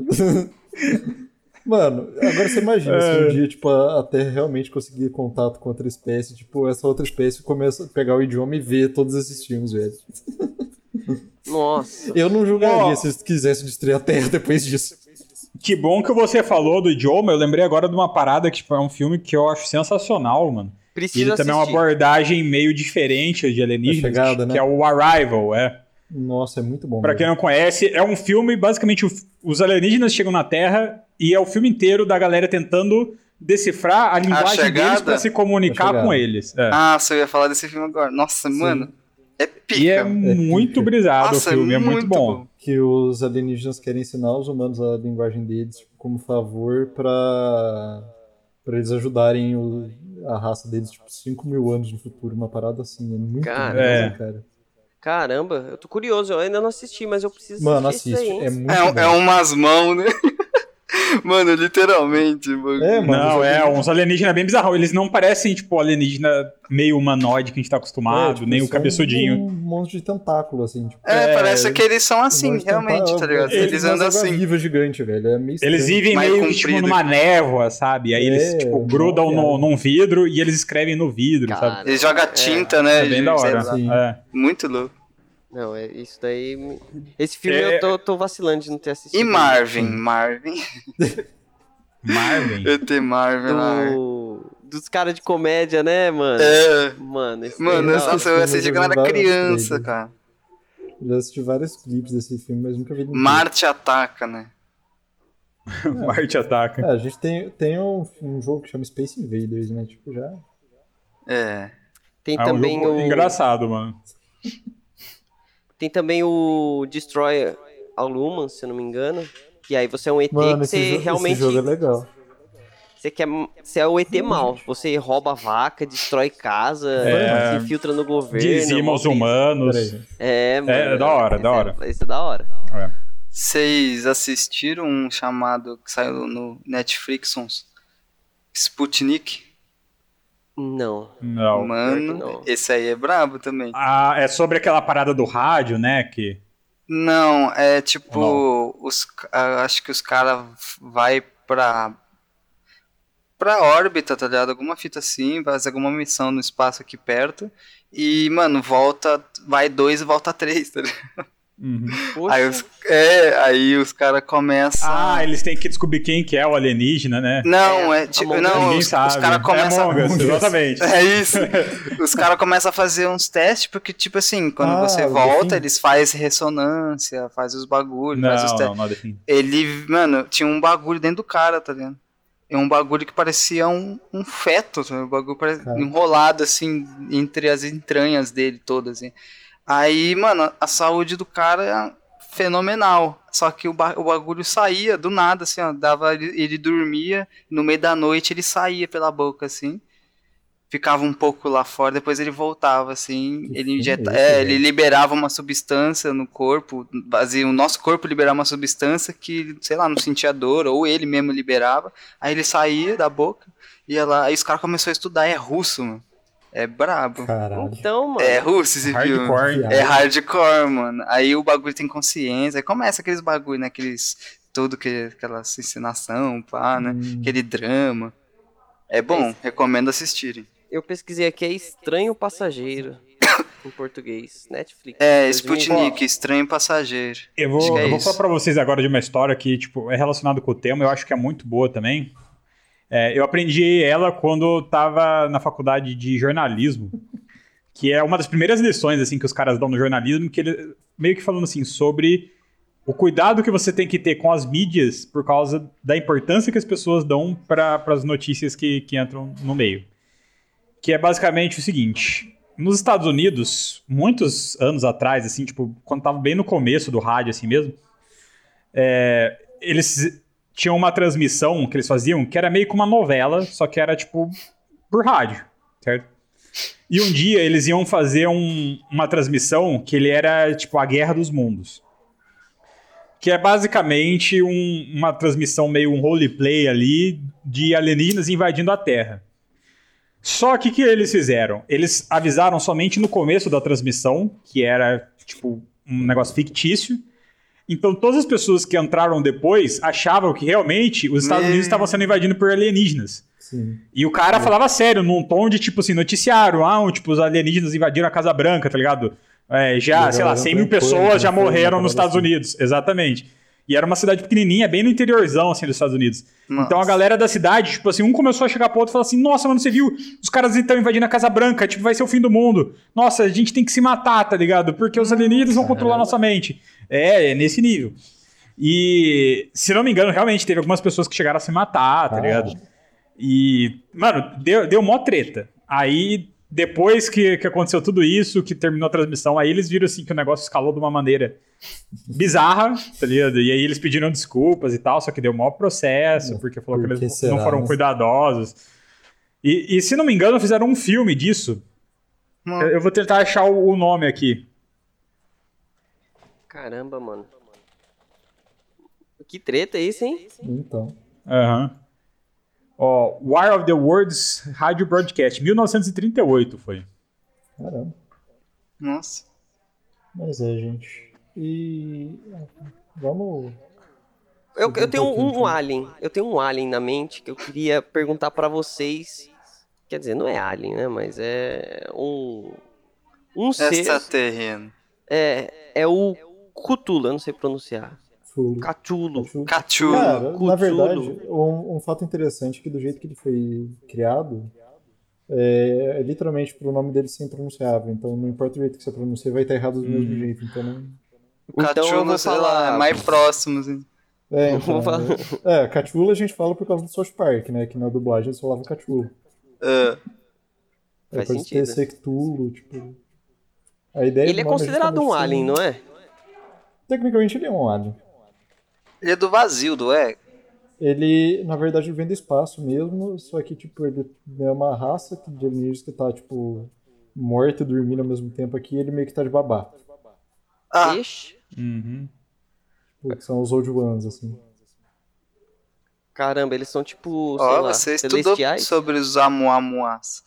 Mano, agora você imagina se um dia, tipo, a Terra realmente conseguir contato com outra espécie, tipo, essa outra espécie começa a pegar o idioma e ver todos esses filmes, velho. Nossa. Eu não julgaria Ó. se eles quisessem destruir a Terra depois disso. Que bom que você falou do idioma. Eu lembrei agora de uma parada que tipo, é um filme que eu acho sensacional, mano. E Precisa ele também é uma assistir. abordagem meio diferente de alienígenas, A chegada, né? que é o Arrival, Nossa, é muito bom. Pra quem não conhece, é um filme, basicamente, os alienígenas chegam na Terra e é o filme inteiro da galera tentando decifrar a linguagem Chegada? deles pra se A comunicar Chegada. com eles. É. Ah, você ia falar desse filme agora. Nossa, mano. É pica. E é muito pica. brisado Nossa, o filme, é muito bom. Que os alienígenas querem ensinar os humanos a linguagem deles tipo, como favor pra eles ajudarem a raça deles, tipo, 5 mil anos no futuro, uma parada assim. É muito Cara, bom, é. cara. Caramba, eu tô curioso, eu ainda não assisti, mas eu preciso Mano, assistir isso assiste. aí, hein? É muito bom. É umas mãos, né? Mano, literalmente. Mano. Não, uns alienígenas bem bizarros. Eles não parecem, tipo, alienígena meio humanoide que a gente tá acostumado, nem o cabeçudinho. Um monstro de tentáculo, assim. Tipo, Parece que eles são assim, realmente, tá ligado? Eles andam assim. Viva gigante, velho. É meio eles vivem mais meio que, comprido. tipo, numa névoa, sabe? Aí eles, tipo, grudam num vidro e eles escrevem no vidro, sabe? Eles jogam tinta, né? É bem da hora. Muito louco. Não, isso daí... Esse filme eu tô vacilando de não ter assistido. E Marvin? Marvin? ET Marvin lá. Dos caras de comédia, né, mano? Mano, nossa, eu assisti quando era criança, cara. Já assisti vários clipes desse filme, mas nunca vi ninguém. Marte Ataca, né? Marte Ataca. A gente tem um jogo que chama Space Invaders, né? Tipo, já... Tem também um jogo engraçado, mano. Tem também o Destroy All Humans, se eu não me engano. E aí você é um ET Mano, que você realmente... Esse jogo é legal. Você é o ET mal. Você rouba vaca, destrói casa, se infiltra no governo. Dizima os humanos. Mano. É da hora, da hora. Isso é da hora. Vocês assistiram um chamado que saiu no Netflix, uns Sputnik? Não. Mano, esse aí é brabo também. É sobre aquela parada do rádio, né? Que... Não, é tipo... acho que os caras vai pra órbita, tá ligado? Alguma fita assim, vai fazer alguma missão no espaço aqui perto. E, mano, vai 2 e volta 3, tá ligado? Aí os caras começam... eles têm que descobrir quem que é o alienígena, né? Não, ninguém sabe. Os caras começam... exatamente. É isso. Os caras começam a fazer uns testes, porque, tipo assim, quando você volta, eles fazem ressonância, fazem os bagulhos, fazem os testes. Mano, tinha um bagulho dentro do cara, tá vendo? É um bagulho que parecia um feto, sabe? Um bagulho enrolado, assim, entre as entranhas dele todas, assim. Aí, mano, a saúde do cara é fenomenal. Só que o bagulho saía do nada, assim, ó. Ele dormia, no meio da noite ele saía pela boca, assim. Ficava um pouco lá fora, depois ele voltava, assim. Ele liberava uma substância no corpo. O nosso corpo liberava uma substância que, sei lá, não sentia dor, ou ele mesmo liberava. Aí ele saía da boca, ia lá. Aí os caras começaram a estudar, é russo, mano. É brabo. Caralho. Então, mano. É russo esse filme. É hardcore, mano. Aí o bagulho tem consciência. Aí começa aqueles bagulho, né? Aquela encenação, pá, né? Aquele drama. É bom, recomendo assistirem. Eu pesquisei aqui, é Estranho Passageiro. Em português. Netflix. Sputnik, Estranho Passageiro. Eu vou falar pra vocês agora de uma história que, tipo, é relacionada com o tema. Eu acho que é muito boa também. Eu aprendi ela quando estava na faculdade de jornalismo, que é uma das primeiras lições assim, que os caras dão no jornalismo, que ele meio que falando assim, sobre o cuidado que você tem que ter com as mídias por causa da importância que as pessoas dão para as notícias que entram no meio. Que é basicamente o seguinte: nos Estados Unidos, muitos anos atrás, assim, tipo, quando estava bem no começo do rádio assim mesmo, eles... tinha uma transmissão que eles faziam que era meio que uma novela, só que era, tipo, por rádio, certo? E um dia eles iam fazer uma transmissão que ele era, tipo, a Guerra dos Mundos. Que é basicamente uma transmissão meio um roleplay ali de alienígenas invadindo a Terra. Só que o que eles fizeram? Eles avisaram somente no começo da transmissão, que era, tipo, um negócio fictício. Então, todas as pessoas que entraram depois achavam que realmente os Estados Unidos estavam sendo invadidos por alienígenas. Sim. E o cara falava sério, num tom de, tipo assim, noticiário. Tipo, os alienígenas invadiram a Casa Branca, tá ligado? Sei lá, 100 mil pessoas já morreram nos Estados Unidos. Exatamente. E era uma cidade pequenininha, bem no interiorzão, assim, dos Estados Unidos. Nossa. Então, a galera da cidade, tipo assim, um começou a chegar pro outro e falar assim, nossa, mano, você viu? Os caras estão invadindo a Casa Branca, tipo, vai ser o fim do mundo. Nossa, a gente tem que se matar, tá ligado? Porque os alienígenas vão controlar nossa mente. É nesse nível. E, se não me engano, realmente teve algumas pessoas que chegaram a se matar, tá ligado? E, mano, deu mó treta. Aí, depois que aconteceu tudo isso, que terminou a transmissão, aí eles viram, assim, que o negócio escalou de uma maneira bizarra, tá ligado? E aí eles pediram desculpas e tal, só que deu maior processo, porque falou que eles não foram cuidadosos. E, se não me engano, fizeram um filme disso. Eu vou tentar achar o nome aqui. Caramba, mano. Que treta é isso, hein? Então. Aham. Ó, War of the Worlds Rádio Broadcast, 1938 foi. Caramba. Nossa. Mas é, gente. E. Vamos. Eu tenho pouquinho, um alien. Eu tenho um alien na mente que eu queria perguntar pra vocês. Quer dizer, não é alien, né? Mas é um ser. Extraterreno. É o Cthulhu, eu não sei pronunciar. Full. Cthulhu. Cthulhu. Cara, Cthulhu. na verdade, um fato interessante é que do jeito que ele foi criado, é literalmente pro nome dele ser impronunciável. Então não importa o jeito que você pronuncia, vai estar errado do mesmo jeito. Então não. O Então eu Cthulhu, vou sei lá, falar- é mais próximo, assim. É, Eu então, vou falar- Cthulhu a gente fala por causa do South Park, né? Que na dublagem eles falavam Cthulhu. Ah, Faz Pode sentido. ser Cthulhu, tipo. A ideia Ele é do nome considerado um justamente alien, não é? Tecnicamente ele é um alien. ele é do vazio, não é? Ele, na verdade, ele vem do espaço mesmo, só que, tipo, ele é uma raça de alienígenas que tá, tipo, morta e dormindo ao mesmo tempo aqui, e ele meio que tá de babá. Ah, Ixi. Uhum. Tipo, que são os Old Ones, assim. Caramba, eles são tipo, sei ó, lá, você estudou celestiais. sobre os Amuamuas.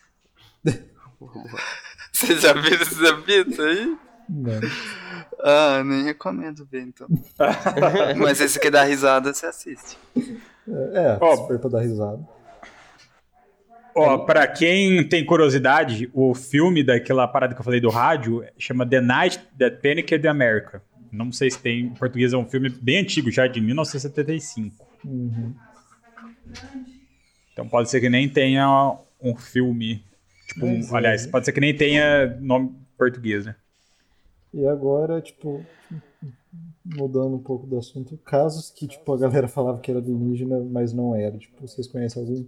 Você já viu esse capítulo aí? Não. Ah, nem recomendo ver, então. Mas esse aqui dá risada, você assiste. Ó. Se for pra dar risada. Ó, pra quem tem curiosidade, o filme daquela parada que eu falei do rádio chama The Night That Panicked America. Não sei se tem em português, é um filme bem antigo, já de 1975. Uhum. Então pode ser que nem tenha um filme. Tipo, Mas aliás, pode ser que nem tenha nome português, né? E agora, tipo, mudando um pouco do assunto, casos que, tipo, a galera falava que era alienígena, mas não era. Tipo, vocês conhecem algum?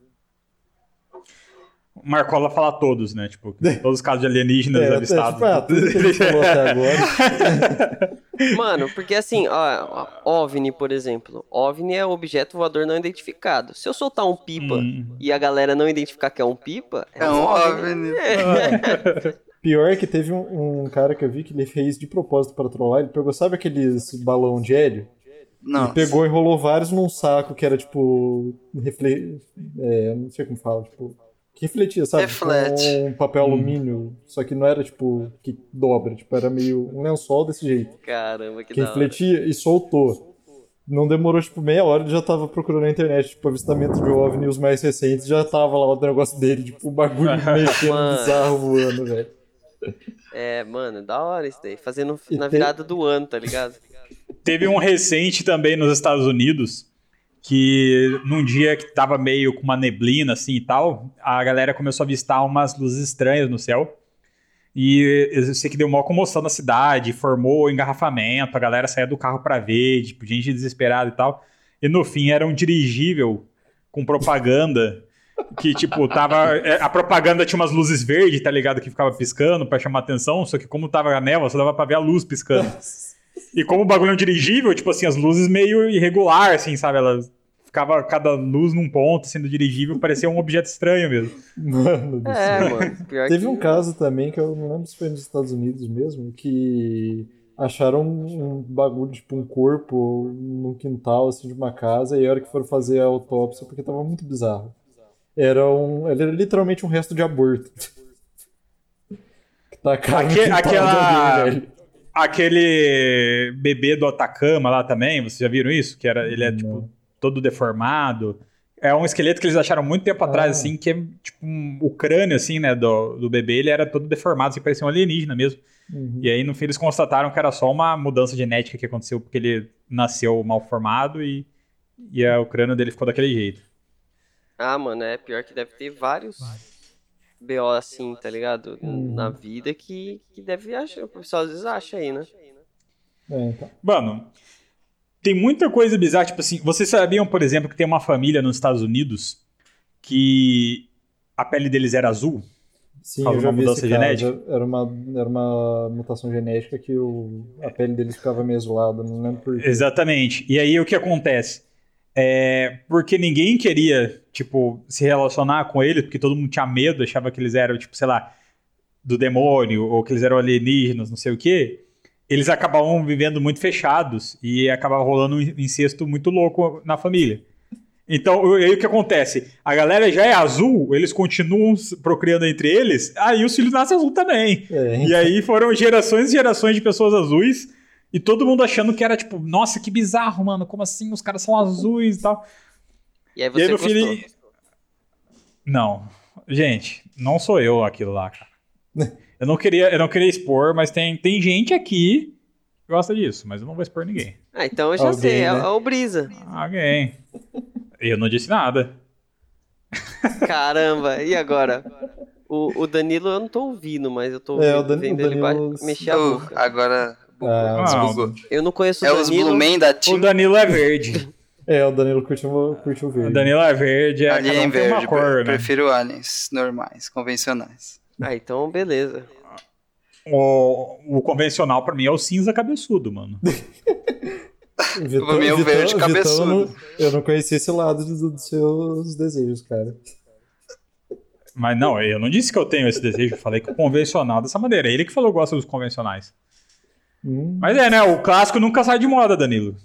O Marcola fala todos, né? Tipo, todos os casos de alienígenas avistados. Tudo que a gente falou até agora. Mano, porque assim, ó, OVNI, por exemplo. OVNI é objeto voador não identificado. Se eu soltar um pipa e a galera não identificar que é um pipa, É um OVNI. Pior que teve um cara que eu vi que ele fez de propósito pra trollar. Ele pegou, sabe aqueles balão de hélio? Não. Ele pegou e enrolou vários num saco que era tipo. Não sei como fala, tipo. Que refletia, sabe? Reflete. Com um papel alumínio. Só que não era tipo que dobra, tipo, era meio um lençol desse jeito. Caramba, que Que da hora. refletia e soltou. Não demorou, tipo, meia hora, ele já tava procurando na internet, tipo, avistamento de OVNI, os mais recentes, já tava lá o negócio dele, tipo, o bagulho mexendo Mano. bizarro voando, velho. É, mano, da hora isso daí. Fazendo na virada do ano, tá ligado? Teve um recente também nos Estados Unidos, que num dia que tava meio com uma neblina assim e tal, a galera começou a avistar umas luzes estranhas no céu. E eu sei que deu uma comoção na cidade, formou engarrafamento, a galera saía do carro pra ver, tipo, gente desesperada e tal. E no fim era um dirigível com propaganda, que tipo, tava... A propaganda tinha umas luzes verdes, tá ligado? Que ficava piscando pra chamar atenção, só que como tava a névoa, só dava pra ver a luz piscando. E como o bagulho é um dirigível, tipo assim, as luzes meio irregular, assim, sabe? Elas ficava cada luz num ponto, assim, do dirigível, parecia um objeto estranho mesmo. Mano do É, céu. mano. Pior Teve que... um caso também, que eu não lembro se foi nos Estados Unidos mesmo, que acharam um bagulho, tipo um corpo no quintal, assim, de uma casa, e a hora que foram fazer a autópsia, porque tava muito bizarro. Ele era literalmente um resto de aborto. Que tacaram no quintal de alguém, velho. Aquele bebê do Atacama lá também, vocês já viram isso? Que ele é, tipo, todo deformado. É um esqueleto que eles acharam muito tempo atrás, assim, que é, tipo, o crânio, assim, né, do bebê, ele era todo deformado, assim, parecia um alienígena mesmo. Uhum. E aí, no fim, eles constataram que era só uma mudança genética que aconteceu porque ele nasceu mal formado e o crânio dele ficou daquele jeito. Ah, mano, é pior que deve ter vários BO assim, tá ligado? Na vida que deve achar. O pessoal às vezes acha aí, né? Então. Mano, tem muita coisa bizarra, tipo assim, vocês sabiam, por exemplo, que tem uma família nos Estados Unidos que a pele deles era azul? Sim, Causa eu já uma vi mudança esse caso. genética? Era uma mutação genética que a pele deles ficava meio azulada, não lembro por quê. Exatamente. E aí o que acontece? Porque ninguém queria, tipo, se relacionar com eles, porque todo mundo tinha medo, achava que eles eram, tipo, sei lá, do demônio, ou que eles eram alienígenas, não sei o quê. eles acabavam vivendo muito fechados e acabava rolando um incesto muito louco na família. Então, aí o que acontece? A galera já é azul, eles continuam procriando entre eles, aí os filhos nascem azul também. E aí foram gerações e gerações de pessoas azuis, e todo mundo achando que era tipo, nossa, que bizarro, mano, como assim? Os caras são azuis e tal. E aí você gostou? Não. Gente, não sou eu aquilo lá, cara. Eu não queria expor, mas tem gente aqui que gosta disso, mas eu não vou expor ninguém. Ah, então eu já sei, né? É o Brisa. Alguém. Eu não disse nada. Caramba, e agora? O Danilo eu não tô ouvindo, mas eu tô vendo ele mexer a boca. Agora bugou. Eu não conheço o Danilo. É os Blue Man da Team. O Danilo é verde. O Danilo curte o verde. O Danilo é verde, Alien verde, uma cor, né? Prefiro aliens normais, convencionais. Ah, então beleza. O convencional pra mim é o cinza cabeçudo, mano. Pra mim é o verde cabeçudo. Eu não conhecia esse lado dos seus desejos, cara. Mas não, eu não disse que eu tenho esse desejo, eu falei que o convencional dessa maneira. Ele que falou que gosta dos convencionais. Mas né, o clássico nunca sai de moda, Danilo.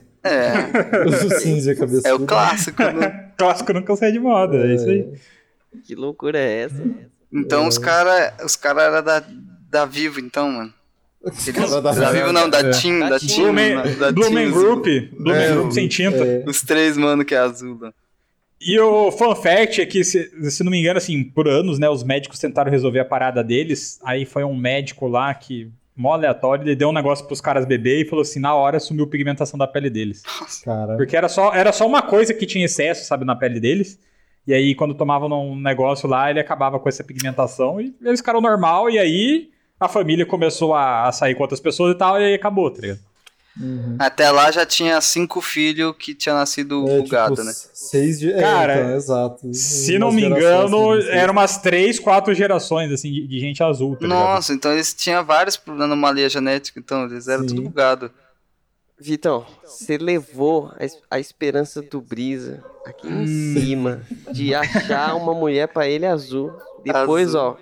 O cinza cabeçudo. É o clássico, né? O clássico nunca sai de moda, é isso aí. Que loucura é essa? Então os cara eram da Vivo, então, mano. Da Vivo não, da Team. Blue Man Group. Blue Man Group sem tinta. Os 3, mano, que é azul. Né? E o fun fact é que, se não me engano, assim, por anos, né, os médicos tentaram resolver a parada deles. Aí foi um médico lá que, mó aleatório, ele deu um negócio pros caras beber e falou assim, na hora sumiu a pigmentação da pele deles. Cara. Porque era só uma coisa que tinha excesso, sabe, na pele deles. E aí, quando tomavam um negócio lá, ele acabava com essa pigmentação e eles ficaram normal. E aí, a família começou a sair com outras pessoas e tal, e aí acabou, tá ligado? Até lá já tinha 5 filhos que tinha nascido bugado, tipo, né? 6 de... Cara, então, exato. Se não me engano, eram umas 3, 4 gerações, assim, de gente azul, tá ligado? Nossa, então eles tinham vários anomalia genética, então eles eram tudo bugado. Vitão, você levou a esperança do Brisa aqui em cima de achar uma mulher pra ele azul. Depois, ó,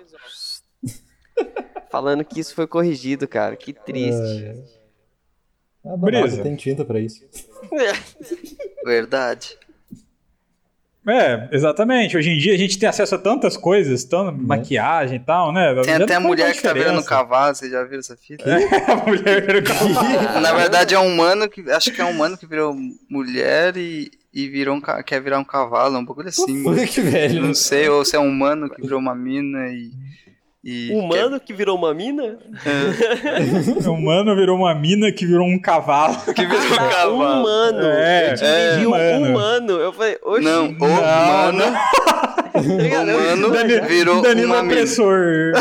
falando que isso foi corrigido, cara. Que triste. Brisa, tem tinta pra isso. Verdade. Exatamente. Hoje em dia a gente tem acesso a tantas coisas, maquiagem e tal, né? Tem até a mulher que tá virando cavalo, vocês já viram essa fita? A mulher virando cavalo. Na verdade é um humano que, acho que é um humano que virou mulher e quer virar um cavalo, um bagulho assim. Que velho. Não sei, ou se é um humano que virou uma mina e humano que virou uma mina? O humano virou uma mina que virou um cavalo. Que virou um cavalo. Humano. Eu te entendi humano. Eu falei, oxi. Não, humano. Humano virou Danilo uma mina. opressor.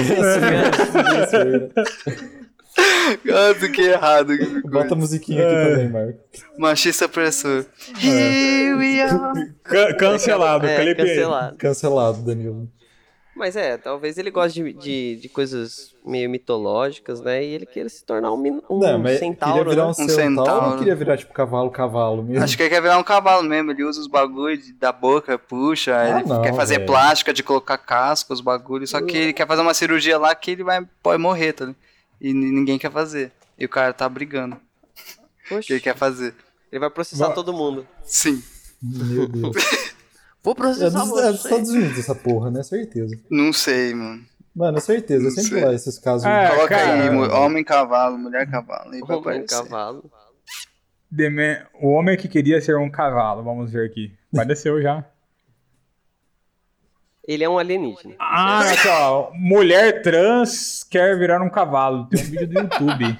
Nossa, que errado. Bota a musiquinha aqui também, Marco. Machista opressor. Here we are. Cancelado. Cancelado, Danilo. Mas talvez ele goste de coisas meio mitológicas, né? E ele queira se tornar um centauro, queria virar né? um centauro ou queria virar tipo cavalo mesmo? Acho que ele quer virar um cavalo mesmo. Ele usa os bagulhos da boca, puxa. Ele quer fazer plástica de colocar casco, os bagulhos. Só que ele quer fazer uma cirurgia lá que ele pode morrer, tá ligado? E ninguém quer fazer. E o cara tá brigando. Poxa. Que ele quer fazer. Ele vai processar todo mundo. Sim. Meu Deus. Vou processar você. É dos Estados Unidos essa porra, né? Certeza. Não sei, mano. Mano, certeza. Sempre lá esses casos. Coloca aí, homem cavalo, mulher cavalo. Aí vai Homem aparecer. cavalo. O homem que queria ser um cavalo. Vamos ver aqui. Apareceu já. Ele é um alienígena. Aqui, ó. Mulher trans quer virar um cavalo. Tem um vídeo do YouTube.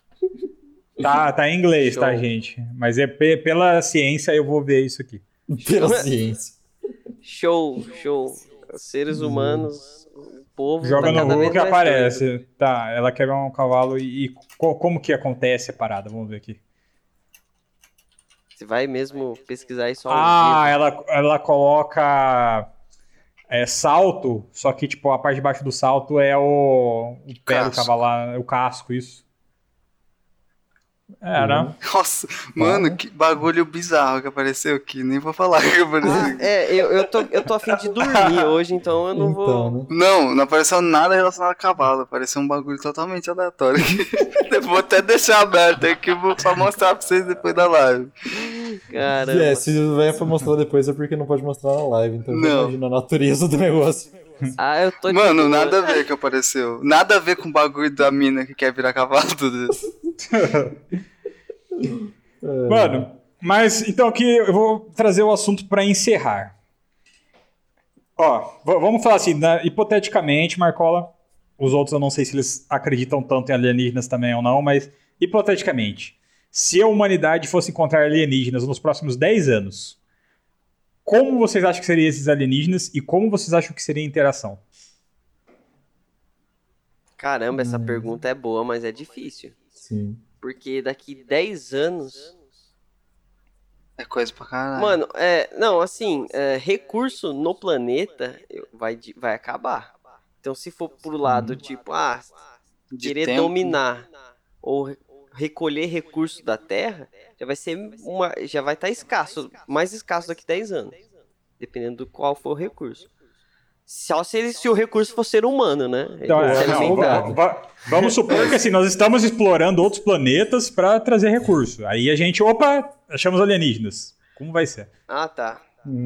Tá em inglês, Show. tá, gente? Mas pela ciência eu vou ver isso aqui. Pela ciência. Show. Seres humanos, o povo Joga tá no cada Google vez que mais aparece. doido. Tá, ela quer ver um cavalo e como que acontece a parada? Vamos ver aqui. Você vai mesmo pesquisar isso ao vivo. Ela coloca salto, só que tipo a parte de baixo do salto é o pé do cavalo, o casco, isso. Era. Nossa, mano, que bagulho bizarro que apareceu aqui. Nem vou falar que apareceu. Eu tô a fim de dormir hoje, então eu não vou... Né? Não apareceu nada relacionado a cavalo. Apareceu um bagulho totalmente aleatório. Eu vou até deixar aberto aqui, vou só mostrar pra vocês depois da live. Caramba. Se vier pra mostrar depois é porque não pode mostrar na live, então Não. imagina a natureza do negócio. Eu tô de Mano, boa. nada a ver que apareceu. Nada a ver com o bagulho da mina que quer virar cavalo, tudo isso. Mano, mas então aqui eu vou trazer o assunto pra encerrar. Ó, vamos falar assim, hipoteticamente, Marcola, os outros eu não sei se eles acreditam tanto em alienígenas também ou não, mas hipoteticamente, se a humanidade fosse encontrar alienígenas nos próximos 10 anos, como vocês acham que seriam esses alienígenas e como vocês acham que seria a interação? Caramba, essa pergunta é boa, mas é difícil. Sim. Porque daqui 10 anos... É coisa pra caralho. Mano, não, assim, recurso no planeta vai acabar. Então, se for pro lado, tipo, De querer tempo. dominar ou recolher recursos da Terra, já vai estar escasso, mais escasso daqui 10 anos. Dependendo do qual for o recurso. Só se o recurso for ser humano, né? Então, Ser alimentado. vamos supor que assim, nós estamos explorando outros planetas pra trazer recurso. Aí a gente, achamos alienígenas. Como vai ser? Ah, tá.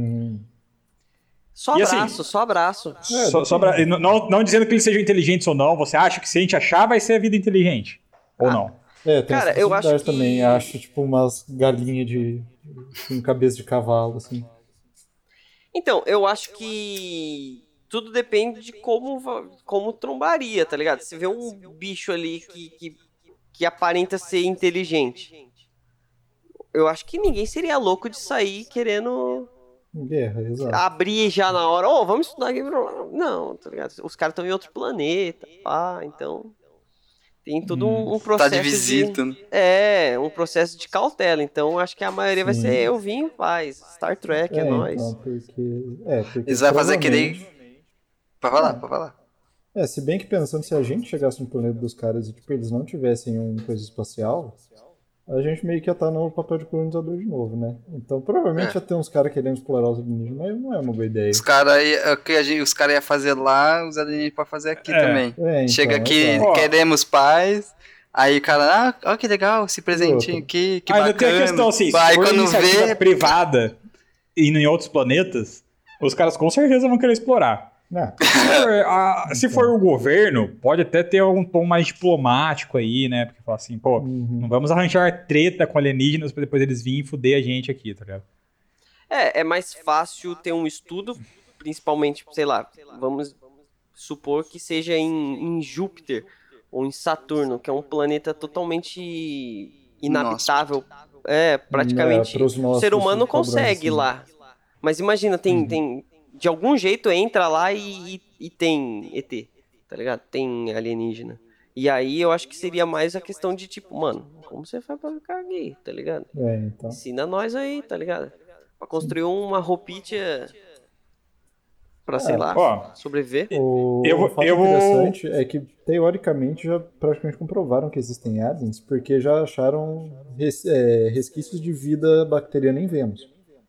Só E assim, abraço, só abraço. Não dizendo que eles sejam inteligentes ou não, você acha que se a gente achar vai ser a vida inteligente? Ou não? Tem Cara, essa eu acho possibilidade que- também. Acho, tipo, umas galinhas com cabeça de cavalo, assim. Então, eu acho que tudo depende de como trombaria, tá ligado? Você vê um bicho ali que aparenta ser inteligente. Eu acho que ninguém seria louco de sair querendo Guerra, exato. abrir já na hora. Vamos estudar aqui. Não, tá ligado? Os caras estão em outro planeta. Então tem todo um processo Tá de visita, né? um processo de cautela. Então acho que a maioria vai ser eu vim em paz. Star Trek é nóis. Então, porque Eles vão fazer que nem. provavelmente- Pode falar. Se bem que pensando, se a gente chegasse no planeta dos caras e tipo, eles não tivessem uma coisa espacial, a gente meio que ia estar no papel de colonizador de novo, né? Então provavelmente ia ter uns caras querendo explorar os alienígenas, mas não é uma boa ideia. Os caras iam fazer lá, os alienígenas podem fazer aqui também. Então, Chega aqui, exato. Ó. queremos paz. Aí o cara, ó que legal, esse presentinho outra. aqui, que Ainda bacana. tem a questão assim, se Aí for quando iniciativa vê, privada indo em outros planetas, os caras com certeza vão querer explorar. Se for o governo, pode até ter algum tom mais diplomático aí, né? Porque fala assim, não vamos arranjar treta com alienígenas pra depois eles virem fuder a gente aqui, tá ligado? É mais fácil ter um estudo, principalmente, sei lá, vamos supor que seja em Júpiter ou em Saturno, que é um planeta totalmente inabitável. Praticamente pros o nossos ser humano cobranças, consegue ir né? lá. Mas imagina, tem de algum jeito entra lá e tem ET, tá ligado? Tem alienígena. E aí eu acho que seria mais a questão de tipo, mano, como você faz pra ficar gay, tá ligado? Então. Ensina nós aí, tá ligado? Pra construir uma roupinha pra, sei lá, Ó, sobreviver. O fato interessante é que, teoricamente, já praticamente comprovaram que existem aliens, porque já acharam resquícios de vida bacteriana em Vênus.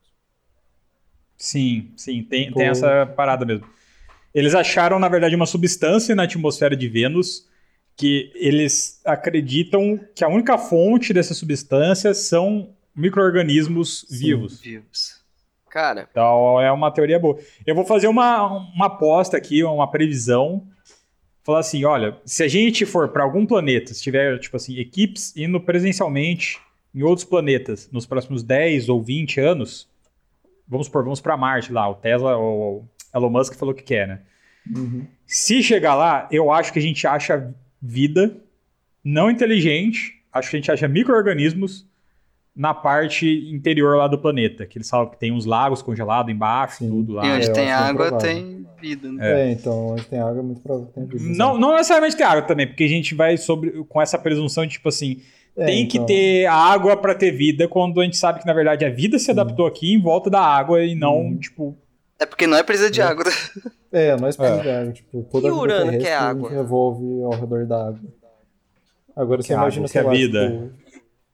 Sim, tem essa parada mesmo. Eles acharam, na verdade, uma substância na atmosfera de Vênus que eles acreditam que a única fonte dessa substância são micro-organismos vivos. Cara, Então é uma teoria boa. Eu vou fazer uma aposta aqui, uma previsão. Falar assim, olha, se a gente for para algum planeta, se tiver, tipo assim, equipes indo presencialmente em outros planetas nos próximos 10 ou 20 anos, vamos para Marte lá, o Tesla, o Elon Musk falou que quer, né? Se chegar lá, eu acho que a gente acha vida não inteligente, acho que a gente acha micro-organismos na parte interior lá do planeta, que eles falam que tem uns lagos congelados embaixo, tudo lá. E onde eu tem acho água, provável. tem vida, né? Então, onde tem água é muito provável que tenha vida. Não necessariamente tem água também, porque a gente vai com essa presunção de tipo assim, tem que então. ter água pra ter vida, quando a gente sabe que na verdade a vida se adaptou aqui em volta da água e não, tipo... É porque não precisa de água. Nós precisamos de água. Tipo, toda E a vida Urano, que é terrestre água? revolve ao redor da água. Agora Que você é água, imagina, que é sei lá, vida. tipo,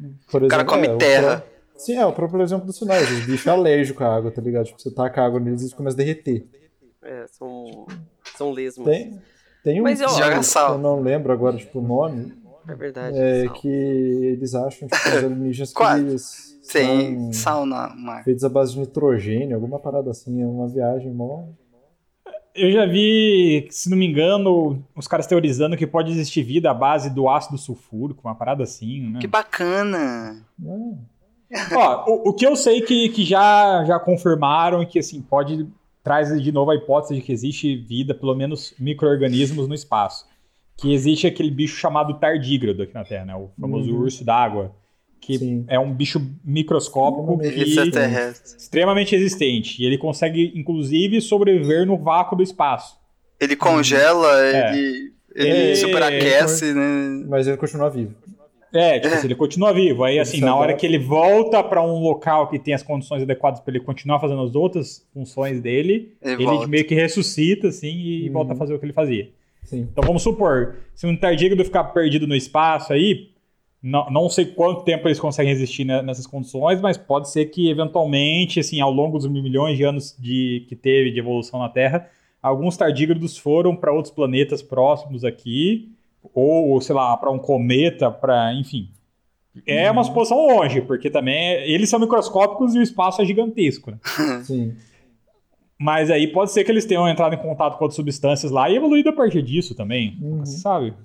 Por O cara come terra. Sim, é o próprio exemplo dos sinais. Os bichos alérgicos à água, tá ligado? Tipo, você taca água neles e eles começam a derreter. São lesmas. Tem um Mas, ó, Joga que sal. eu não lembro agora, tipo, o nome. É verdade. sal. Que eles acham, tipo, os alienígenas que Quase. eles Tem são sal no mar. feitos à base de nitrogênio, alguma parada assim. É uma viagem mó... Eu já vi, se não me engano, os caras teorizando que pode existir vida à base do ácido sulfúrico, uma parada assim, né? Que bacana. Ó, o que eu sei que já confirmaram e que, assim, traz de novo a hipótese de que existe vida, pelo menos micro-organismos no espaço. Que existe aquele bicho chamado tardígrado aqui na Terra, né? O famoso urso d'água. Que Sim. é um bicho microscópico Extraterrestre. extremamente resistente. E ele consegue, inclusive, sobreviver no vácuo do espaço. Ele congela, É. ele superaquece, né? Mas ele continua vivo. Tipo assim, ele continua vivo. Aí, assim, na hora que ele volta para um local que tem as condições adequadas para ele continuar fazendo as outras funções dele, ele volta. meio que ressuscita, assim, e volta a fazer o que ele fazia. Sim. Então, vamos supor, se um tardígrado ficar perdido no espaço aí, não sei quanto tempo eles conseguem resistir nessas condições, mas pode ser que, eventualmente, assim, ao longo dos milhões de anos que teve de evolução na Terra, alguns tardígrados foram para outros planetas próximos aqui, ou sei lá, para um cometa, enfim. É uma suposição longe, porque também eles são microscópicos e o espaço é gigantesco, né? Sim. Mas aí pode ser que eles tenham entrado em contato com outras substâncias lá e evoluído a partir disso também, nunca se sabe.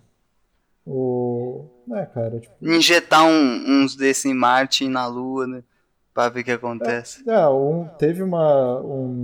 Cara, tipo... Injetar uns desses em Marte e na Lua, né? Pra ver o que acontece. Teve uma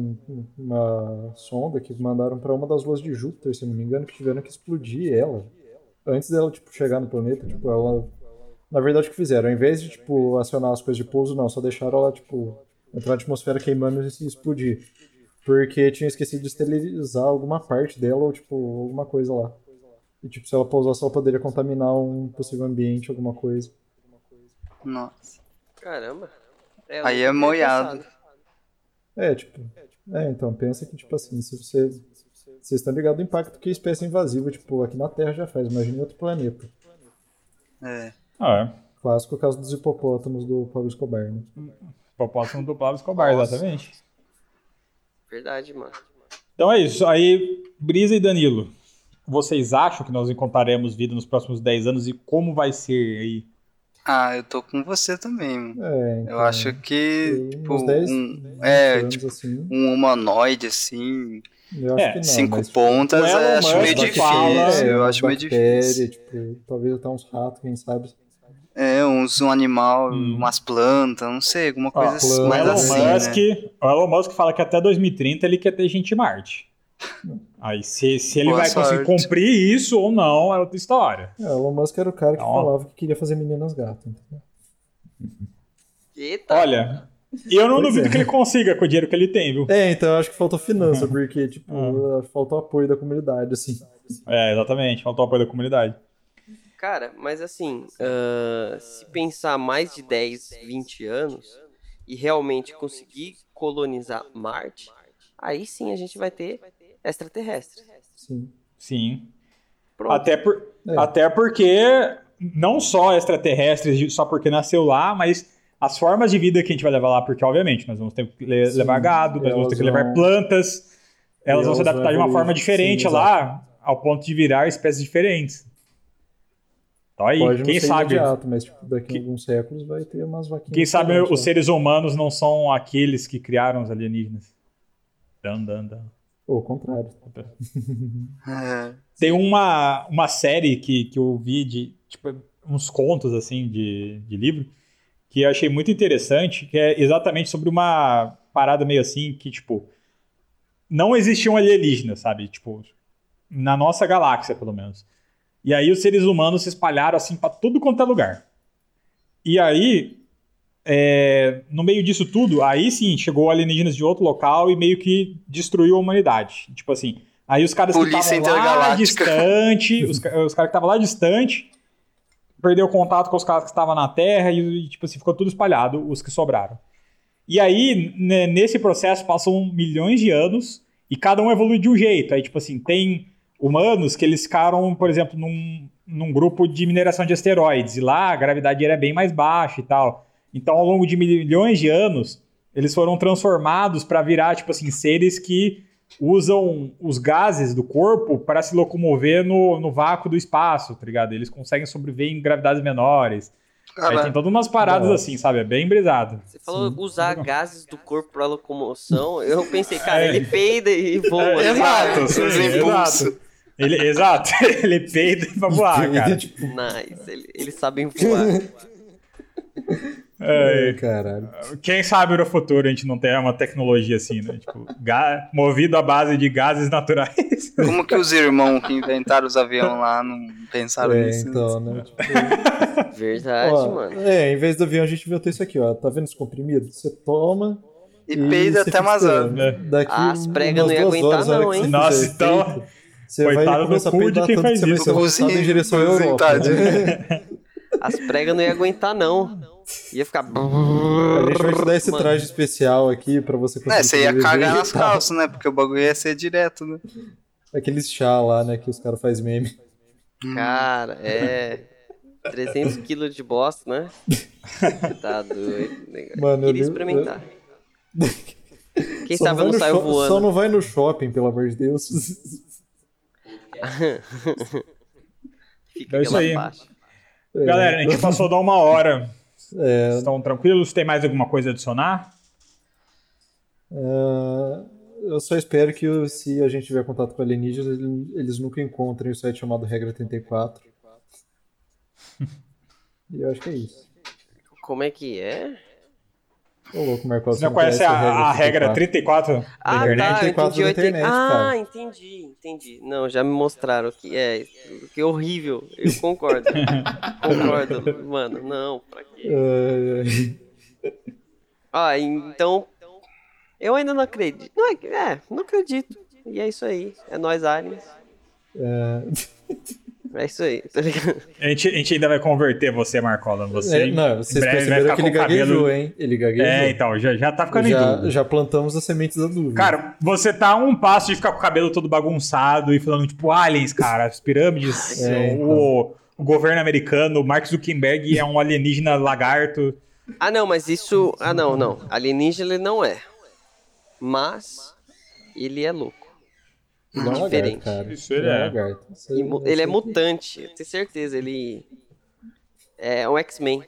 sonda que mandaram para uma das luas de Júpiter, se não me engano, que tiveram que explodir ela. Antes dela, tipo, chegar no planeta, tipo, ela... Na verdade, o que fizeram? Ao invés de, tipo, acionar as coisas de pouso, não, só deixaram ela, tipo, entrar na atmosfera queimando e explodir. Porque tinha esquecido de esterilizar alguma parte dela ou, tipo, alguma coisa lá. E, tipo, se ela pousasse, ela poderia contaminar um possível ambiente, alguma coisa. Nossa. Caramba. Aí é moiado. Então, pensa que, tipo assim, se vocês estão ligados ao impacto que a espécie invasiva, tipo, aqui na Terra já faz, imagina em outro planeta. Clássico caso dos hipopótamos do Pablo Escobar, né? Hipopótamo do Pablo Escobar, exatamente. Verdade, mano. Então é isso. Aí, Brisa e Danilo, vocês acham que nós encontraremos vida nos próximos 10 anos e como vai ser aí? Eu tô com você também, mano. Então, eu acho que tipo, uns 10 anos, tipo, assim. um humanoide, assim, Eu acho que não, 5 mas, pontas, o Elon acho meio Musk difícil. Eu acho meio difícil. Tipo, talvez até uns ratos, quem sabe. Um animal, umas plantas, não sei, alguma coisa mais assim, né? O Elon Musk fala que até 2030 ele quer ter gente em Marte. Aí, se ele vai conseguir cumprir isso ou não, é outra história. O Elon Musk era o cara que falava que queria fazer meninas gato. Entendeu? Eita! Olha, eu não duvido que ele consiga com o dinheiro que ele tem, viu? Então eu acho que faltou finança, porque, tipo, faltou apoio da comunidade, assim. Exatamente, faltou apoio da comunidade. Cara, mas assim, se pensar mais de 10, 20 anos e realmente conseguir colonizar Marte, aí sim a gente vai ter extraterrestres. Sim. Pronto. Até porque não só extraterrestres, só porque nasceu lá, mas as formas de vida que a gente vai levar lá, porque obviamente nós vamos ter que levar gado, nós vamos ter que levar plantas, elas vão se adaptar de uma forma diferente lá, ao ponto de virar espécies diferentes. Então aí, pode quem não ser sabe... imediato, mas tipo, daqui a alguns séculos vai ter umas vaquinhas. Quem sabe os seres humanos não são aqueles que criaram os alienígenas. Ou o contrário. Tem uma série que eu vi de tipo, uns contos assim de livro que eu achei muito interessante, que é exatamente sobre uma parada meio assim que, tipo, não existiam alienígenas, sabe? Tipo, na nossa galáxia, pelo menos. E aí os seres humanos se espalharam assim pra tudo quanto é lugar. E aí, no meio disso tudo, aí sim, chegou alienígenas de outro local e meio que destruiu a humanidade. Tipo assim, aí os caras que estavam lá distante, os caras que estavam lá distante, perdeu contato com os caras que estavam na Terra e tipo assim, ficou tudo espalhado, os que sobraram. E aí, nesse processo, passam milhões de anos e cada um evolui de um jeito. Aí, tipo assim, tem humanos que eles ficaram, por exemplo, num grupo de mineração de asteroides. E lá a gravidade era bem mais baixa e tal. Então, ao longo de milhões de anos, eles foram transformados para virar, tipo assim, seres que usam os gases do corpo para se locomover no vácuo do espaço, tá ligado? Eles conseguem sobreviver em gravidades menores. Aí tem todas umas paradas assim, sabe? É bem brisado. Você falou usar gases do corpo para locomoção. Eu pensei, cara, ele peida e voa. Exato, exato. Exato, ele peida e vai voar, cara. Nice, eles sabem voar. Caralho. Quem sabe no futuro a gente não tem uma tecnologia assim, né? Tipo, movido à base de gases naturais. Como que os irmãos que inventaram os aviões lá não pensaram nisso? Então, né? Tipo... Verdade, mano. Em vez do avião a gente inventou isso aqui, ó. Tá vendo esse comprimido? Você toma e peida até mazar. As pregas não iam aguentar não, hein? Nossa, então... Você vai começar a peidar tanto que você vai ser lançado em direção à Europa. As pregas não iam aguentar, não. Ia ficar... A gente vai te dar esse traje especial aqui pra você conseguir... Você ia cagar nas calças, né? Porque o bagulho ia ser direto, né? Aqueles chá lá, né? Que os caras fazem meme. Cara, 300 quilos de bosta, né? Tá doido. Mano, queria experimentar. Quem sabe eu não saio voando. Só não vai no shopping, pelo amor de Deus. Fica isso aí. Baixo. Galera, a gente passou de 1 hora. Estão tranquilos? Tem mais alguma coisa a adicionar? Eu só espero que se a gente tiver contato com alienígenas, eles nunca encontrem o site chamado Regra 34. E eu acho que é isso. Como é que é? Ô, louco, Marcos. Você não conhece a regra 34 da internet? Tá, 34 da internet, cara. Entendi. Não, já me mostraram que é horrível. Eu concordo. Mano, não, pra quê? Então... Eu ainda não acredito. Não acredito. E é isso aí. É nós, aliens. É isso aí, tá ligado? A gente ainda vai converter você, Marcola. Vocês perceberam que ele gaguejou, hein? Ele gaguejou. Então, já tá ficando em dúvida. Já plantamos as sementes da dúvida. Cara, você tá a um passo de ficar com o cabelo todo bagunçado e falando, tipo, aliens, cara, as pirâmides, o governo americano, o Mark Zuckerberg é um alienígena lagarto. Não, mas isso... não. Alienígena ele não é. Mas ele é louco. Não diferente. Lagarto, cara. Isso ele é. Ele é mutante, eu tenho certeza. Ele é um X-Men.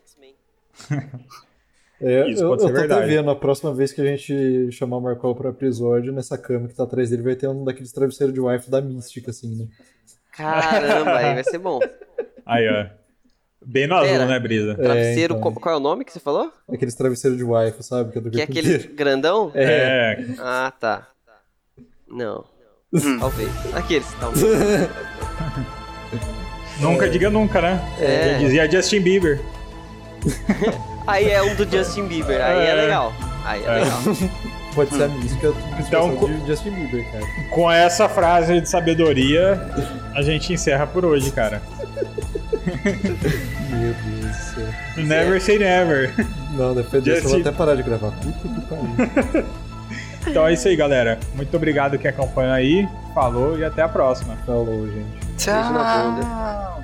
Eu tô até vendo, a próxima vez que a gente chamar o Marcol pro episódio, nessa cama que tá atrás dele vai ter um daqueles travesseiros de wife da Mística, assim, né? Caramba, aí vai ser bom. Aí, ó. Bem no azul, né, Brisa? Travesseiro, qual é o nome que você falou? Aqueles travesseiros de wife, sabe? Que é aquele grandão? Ah, tá. Não. Talvez. Aqueles, talvez. Nunca diga nunca, né? Já dizia Justin Bieber. Aí é um do Justin Bieber, aí é legal. Pode ser a mística de Justin Bieber, cara. Com essa frase de sabedoria, a gente encerra por hoje, cara. Meu Deus do céu. Never say never. Não, depois disso eu vou até parar de gravar. Puta que pariu. Então é isso aí, galera. Muito obrigado quem acompanha aí. Falou e até a próxima. Falou, gente. Tchau.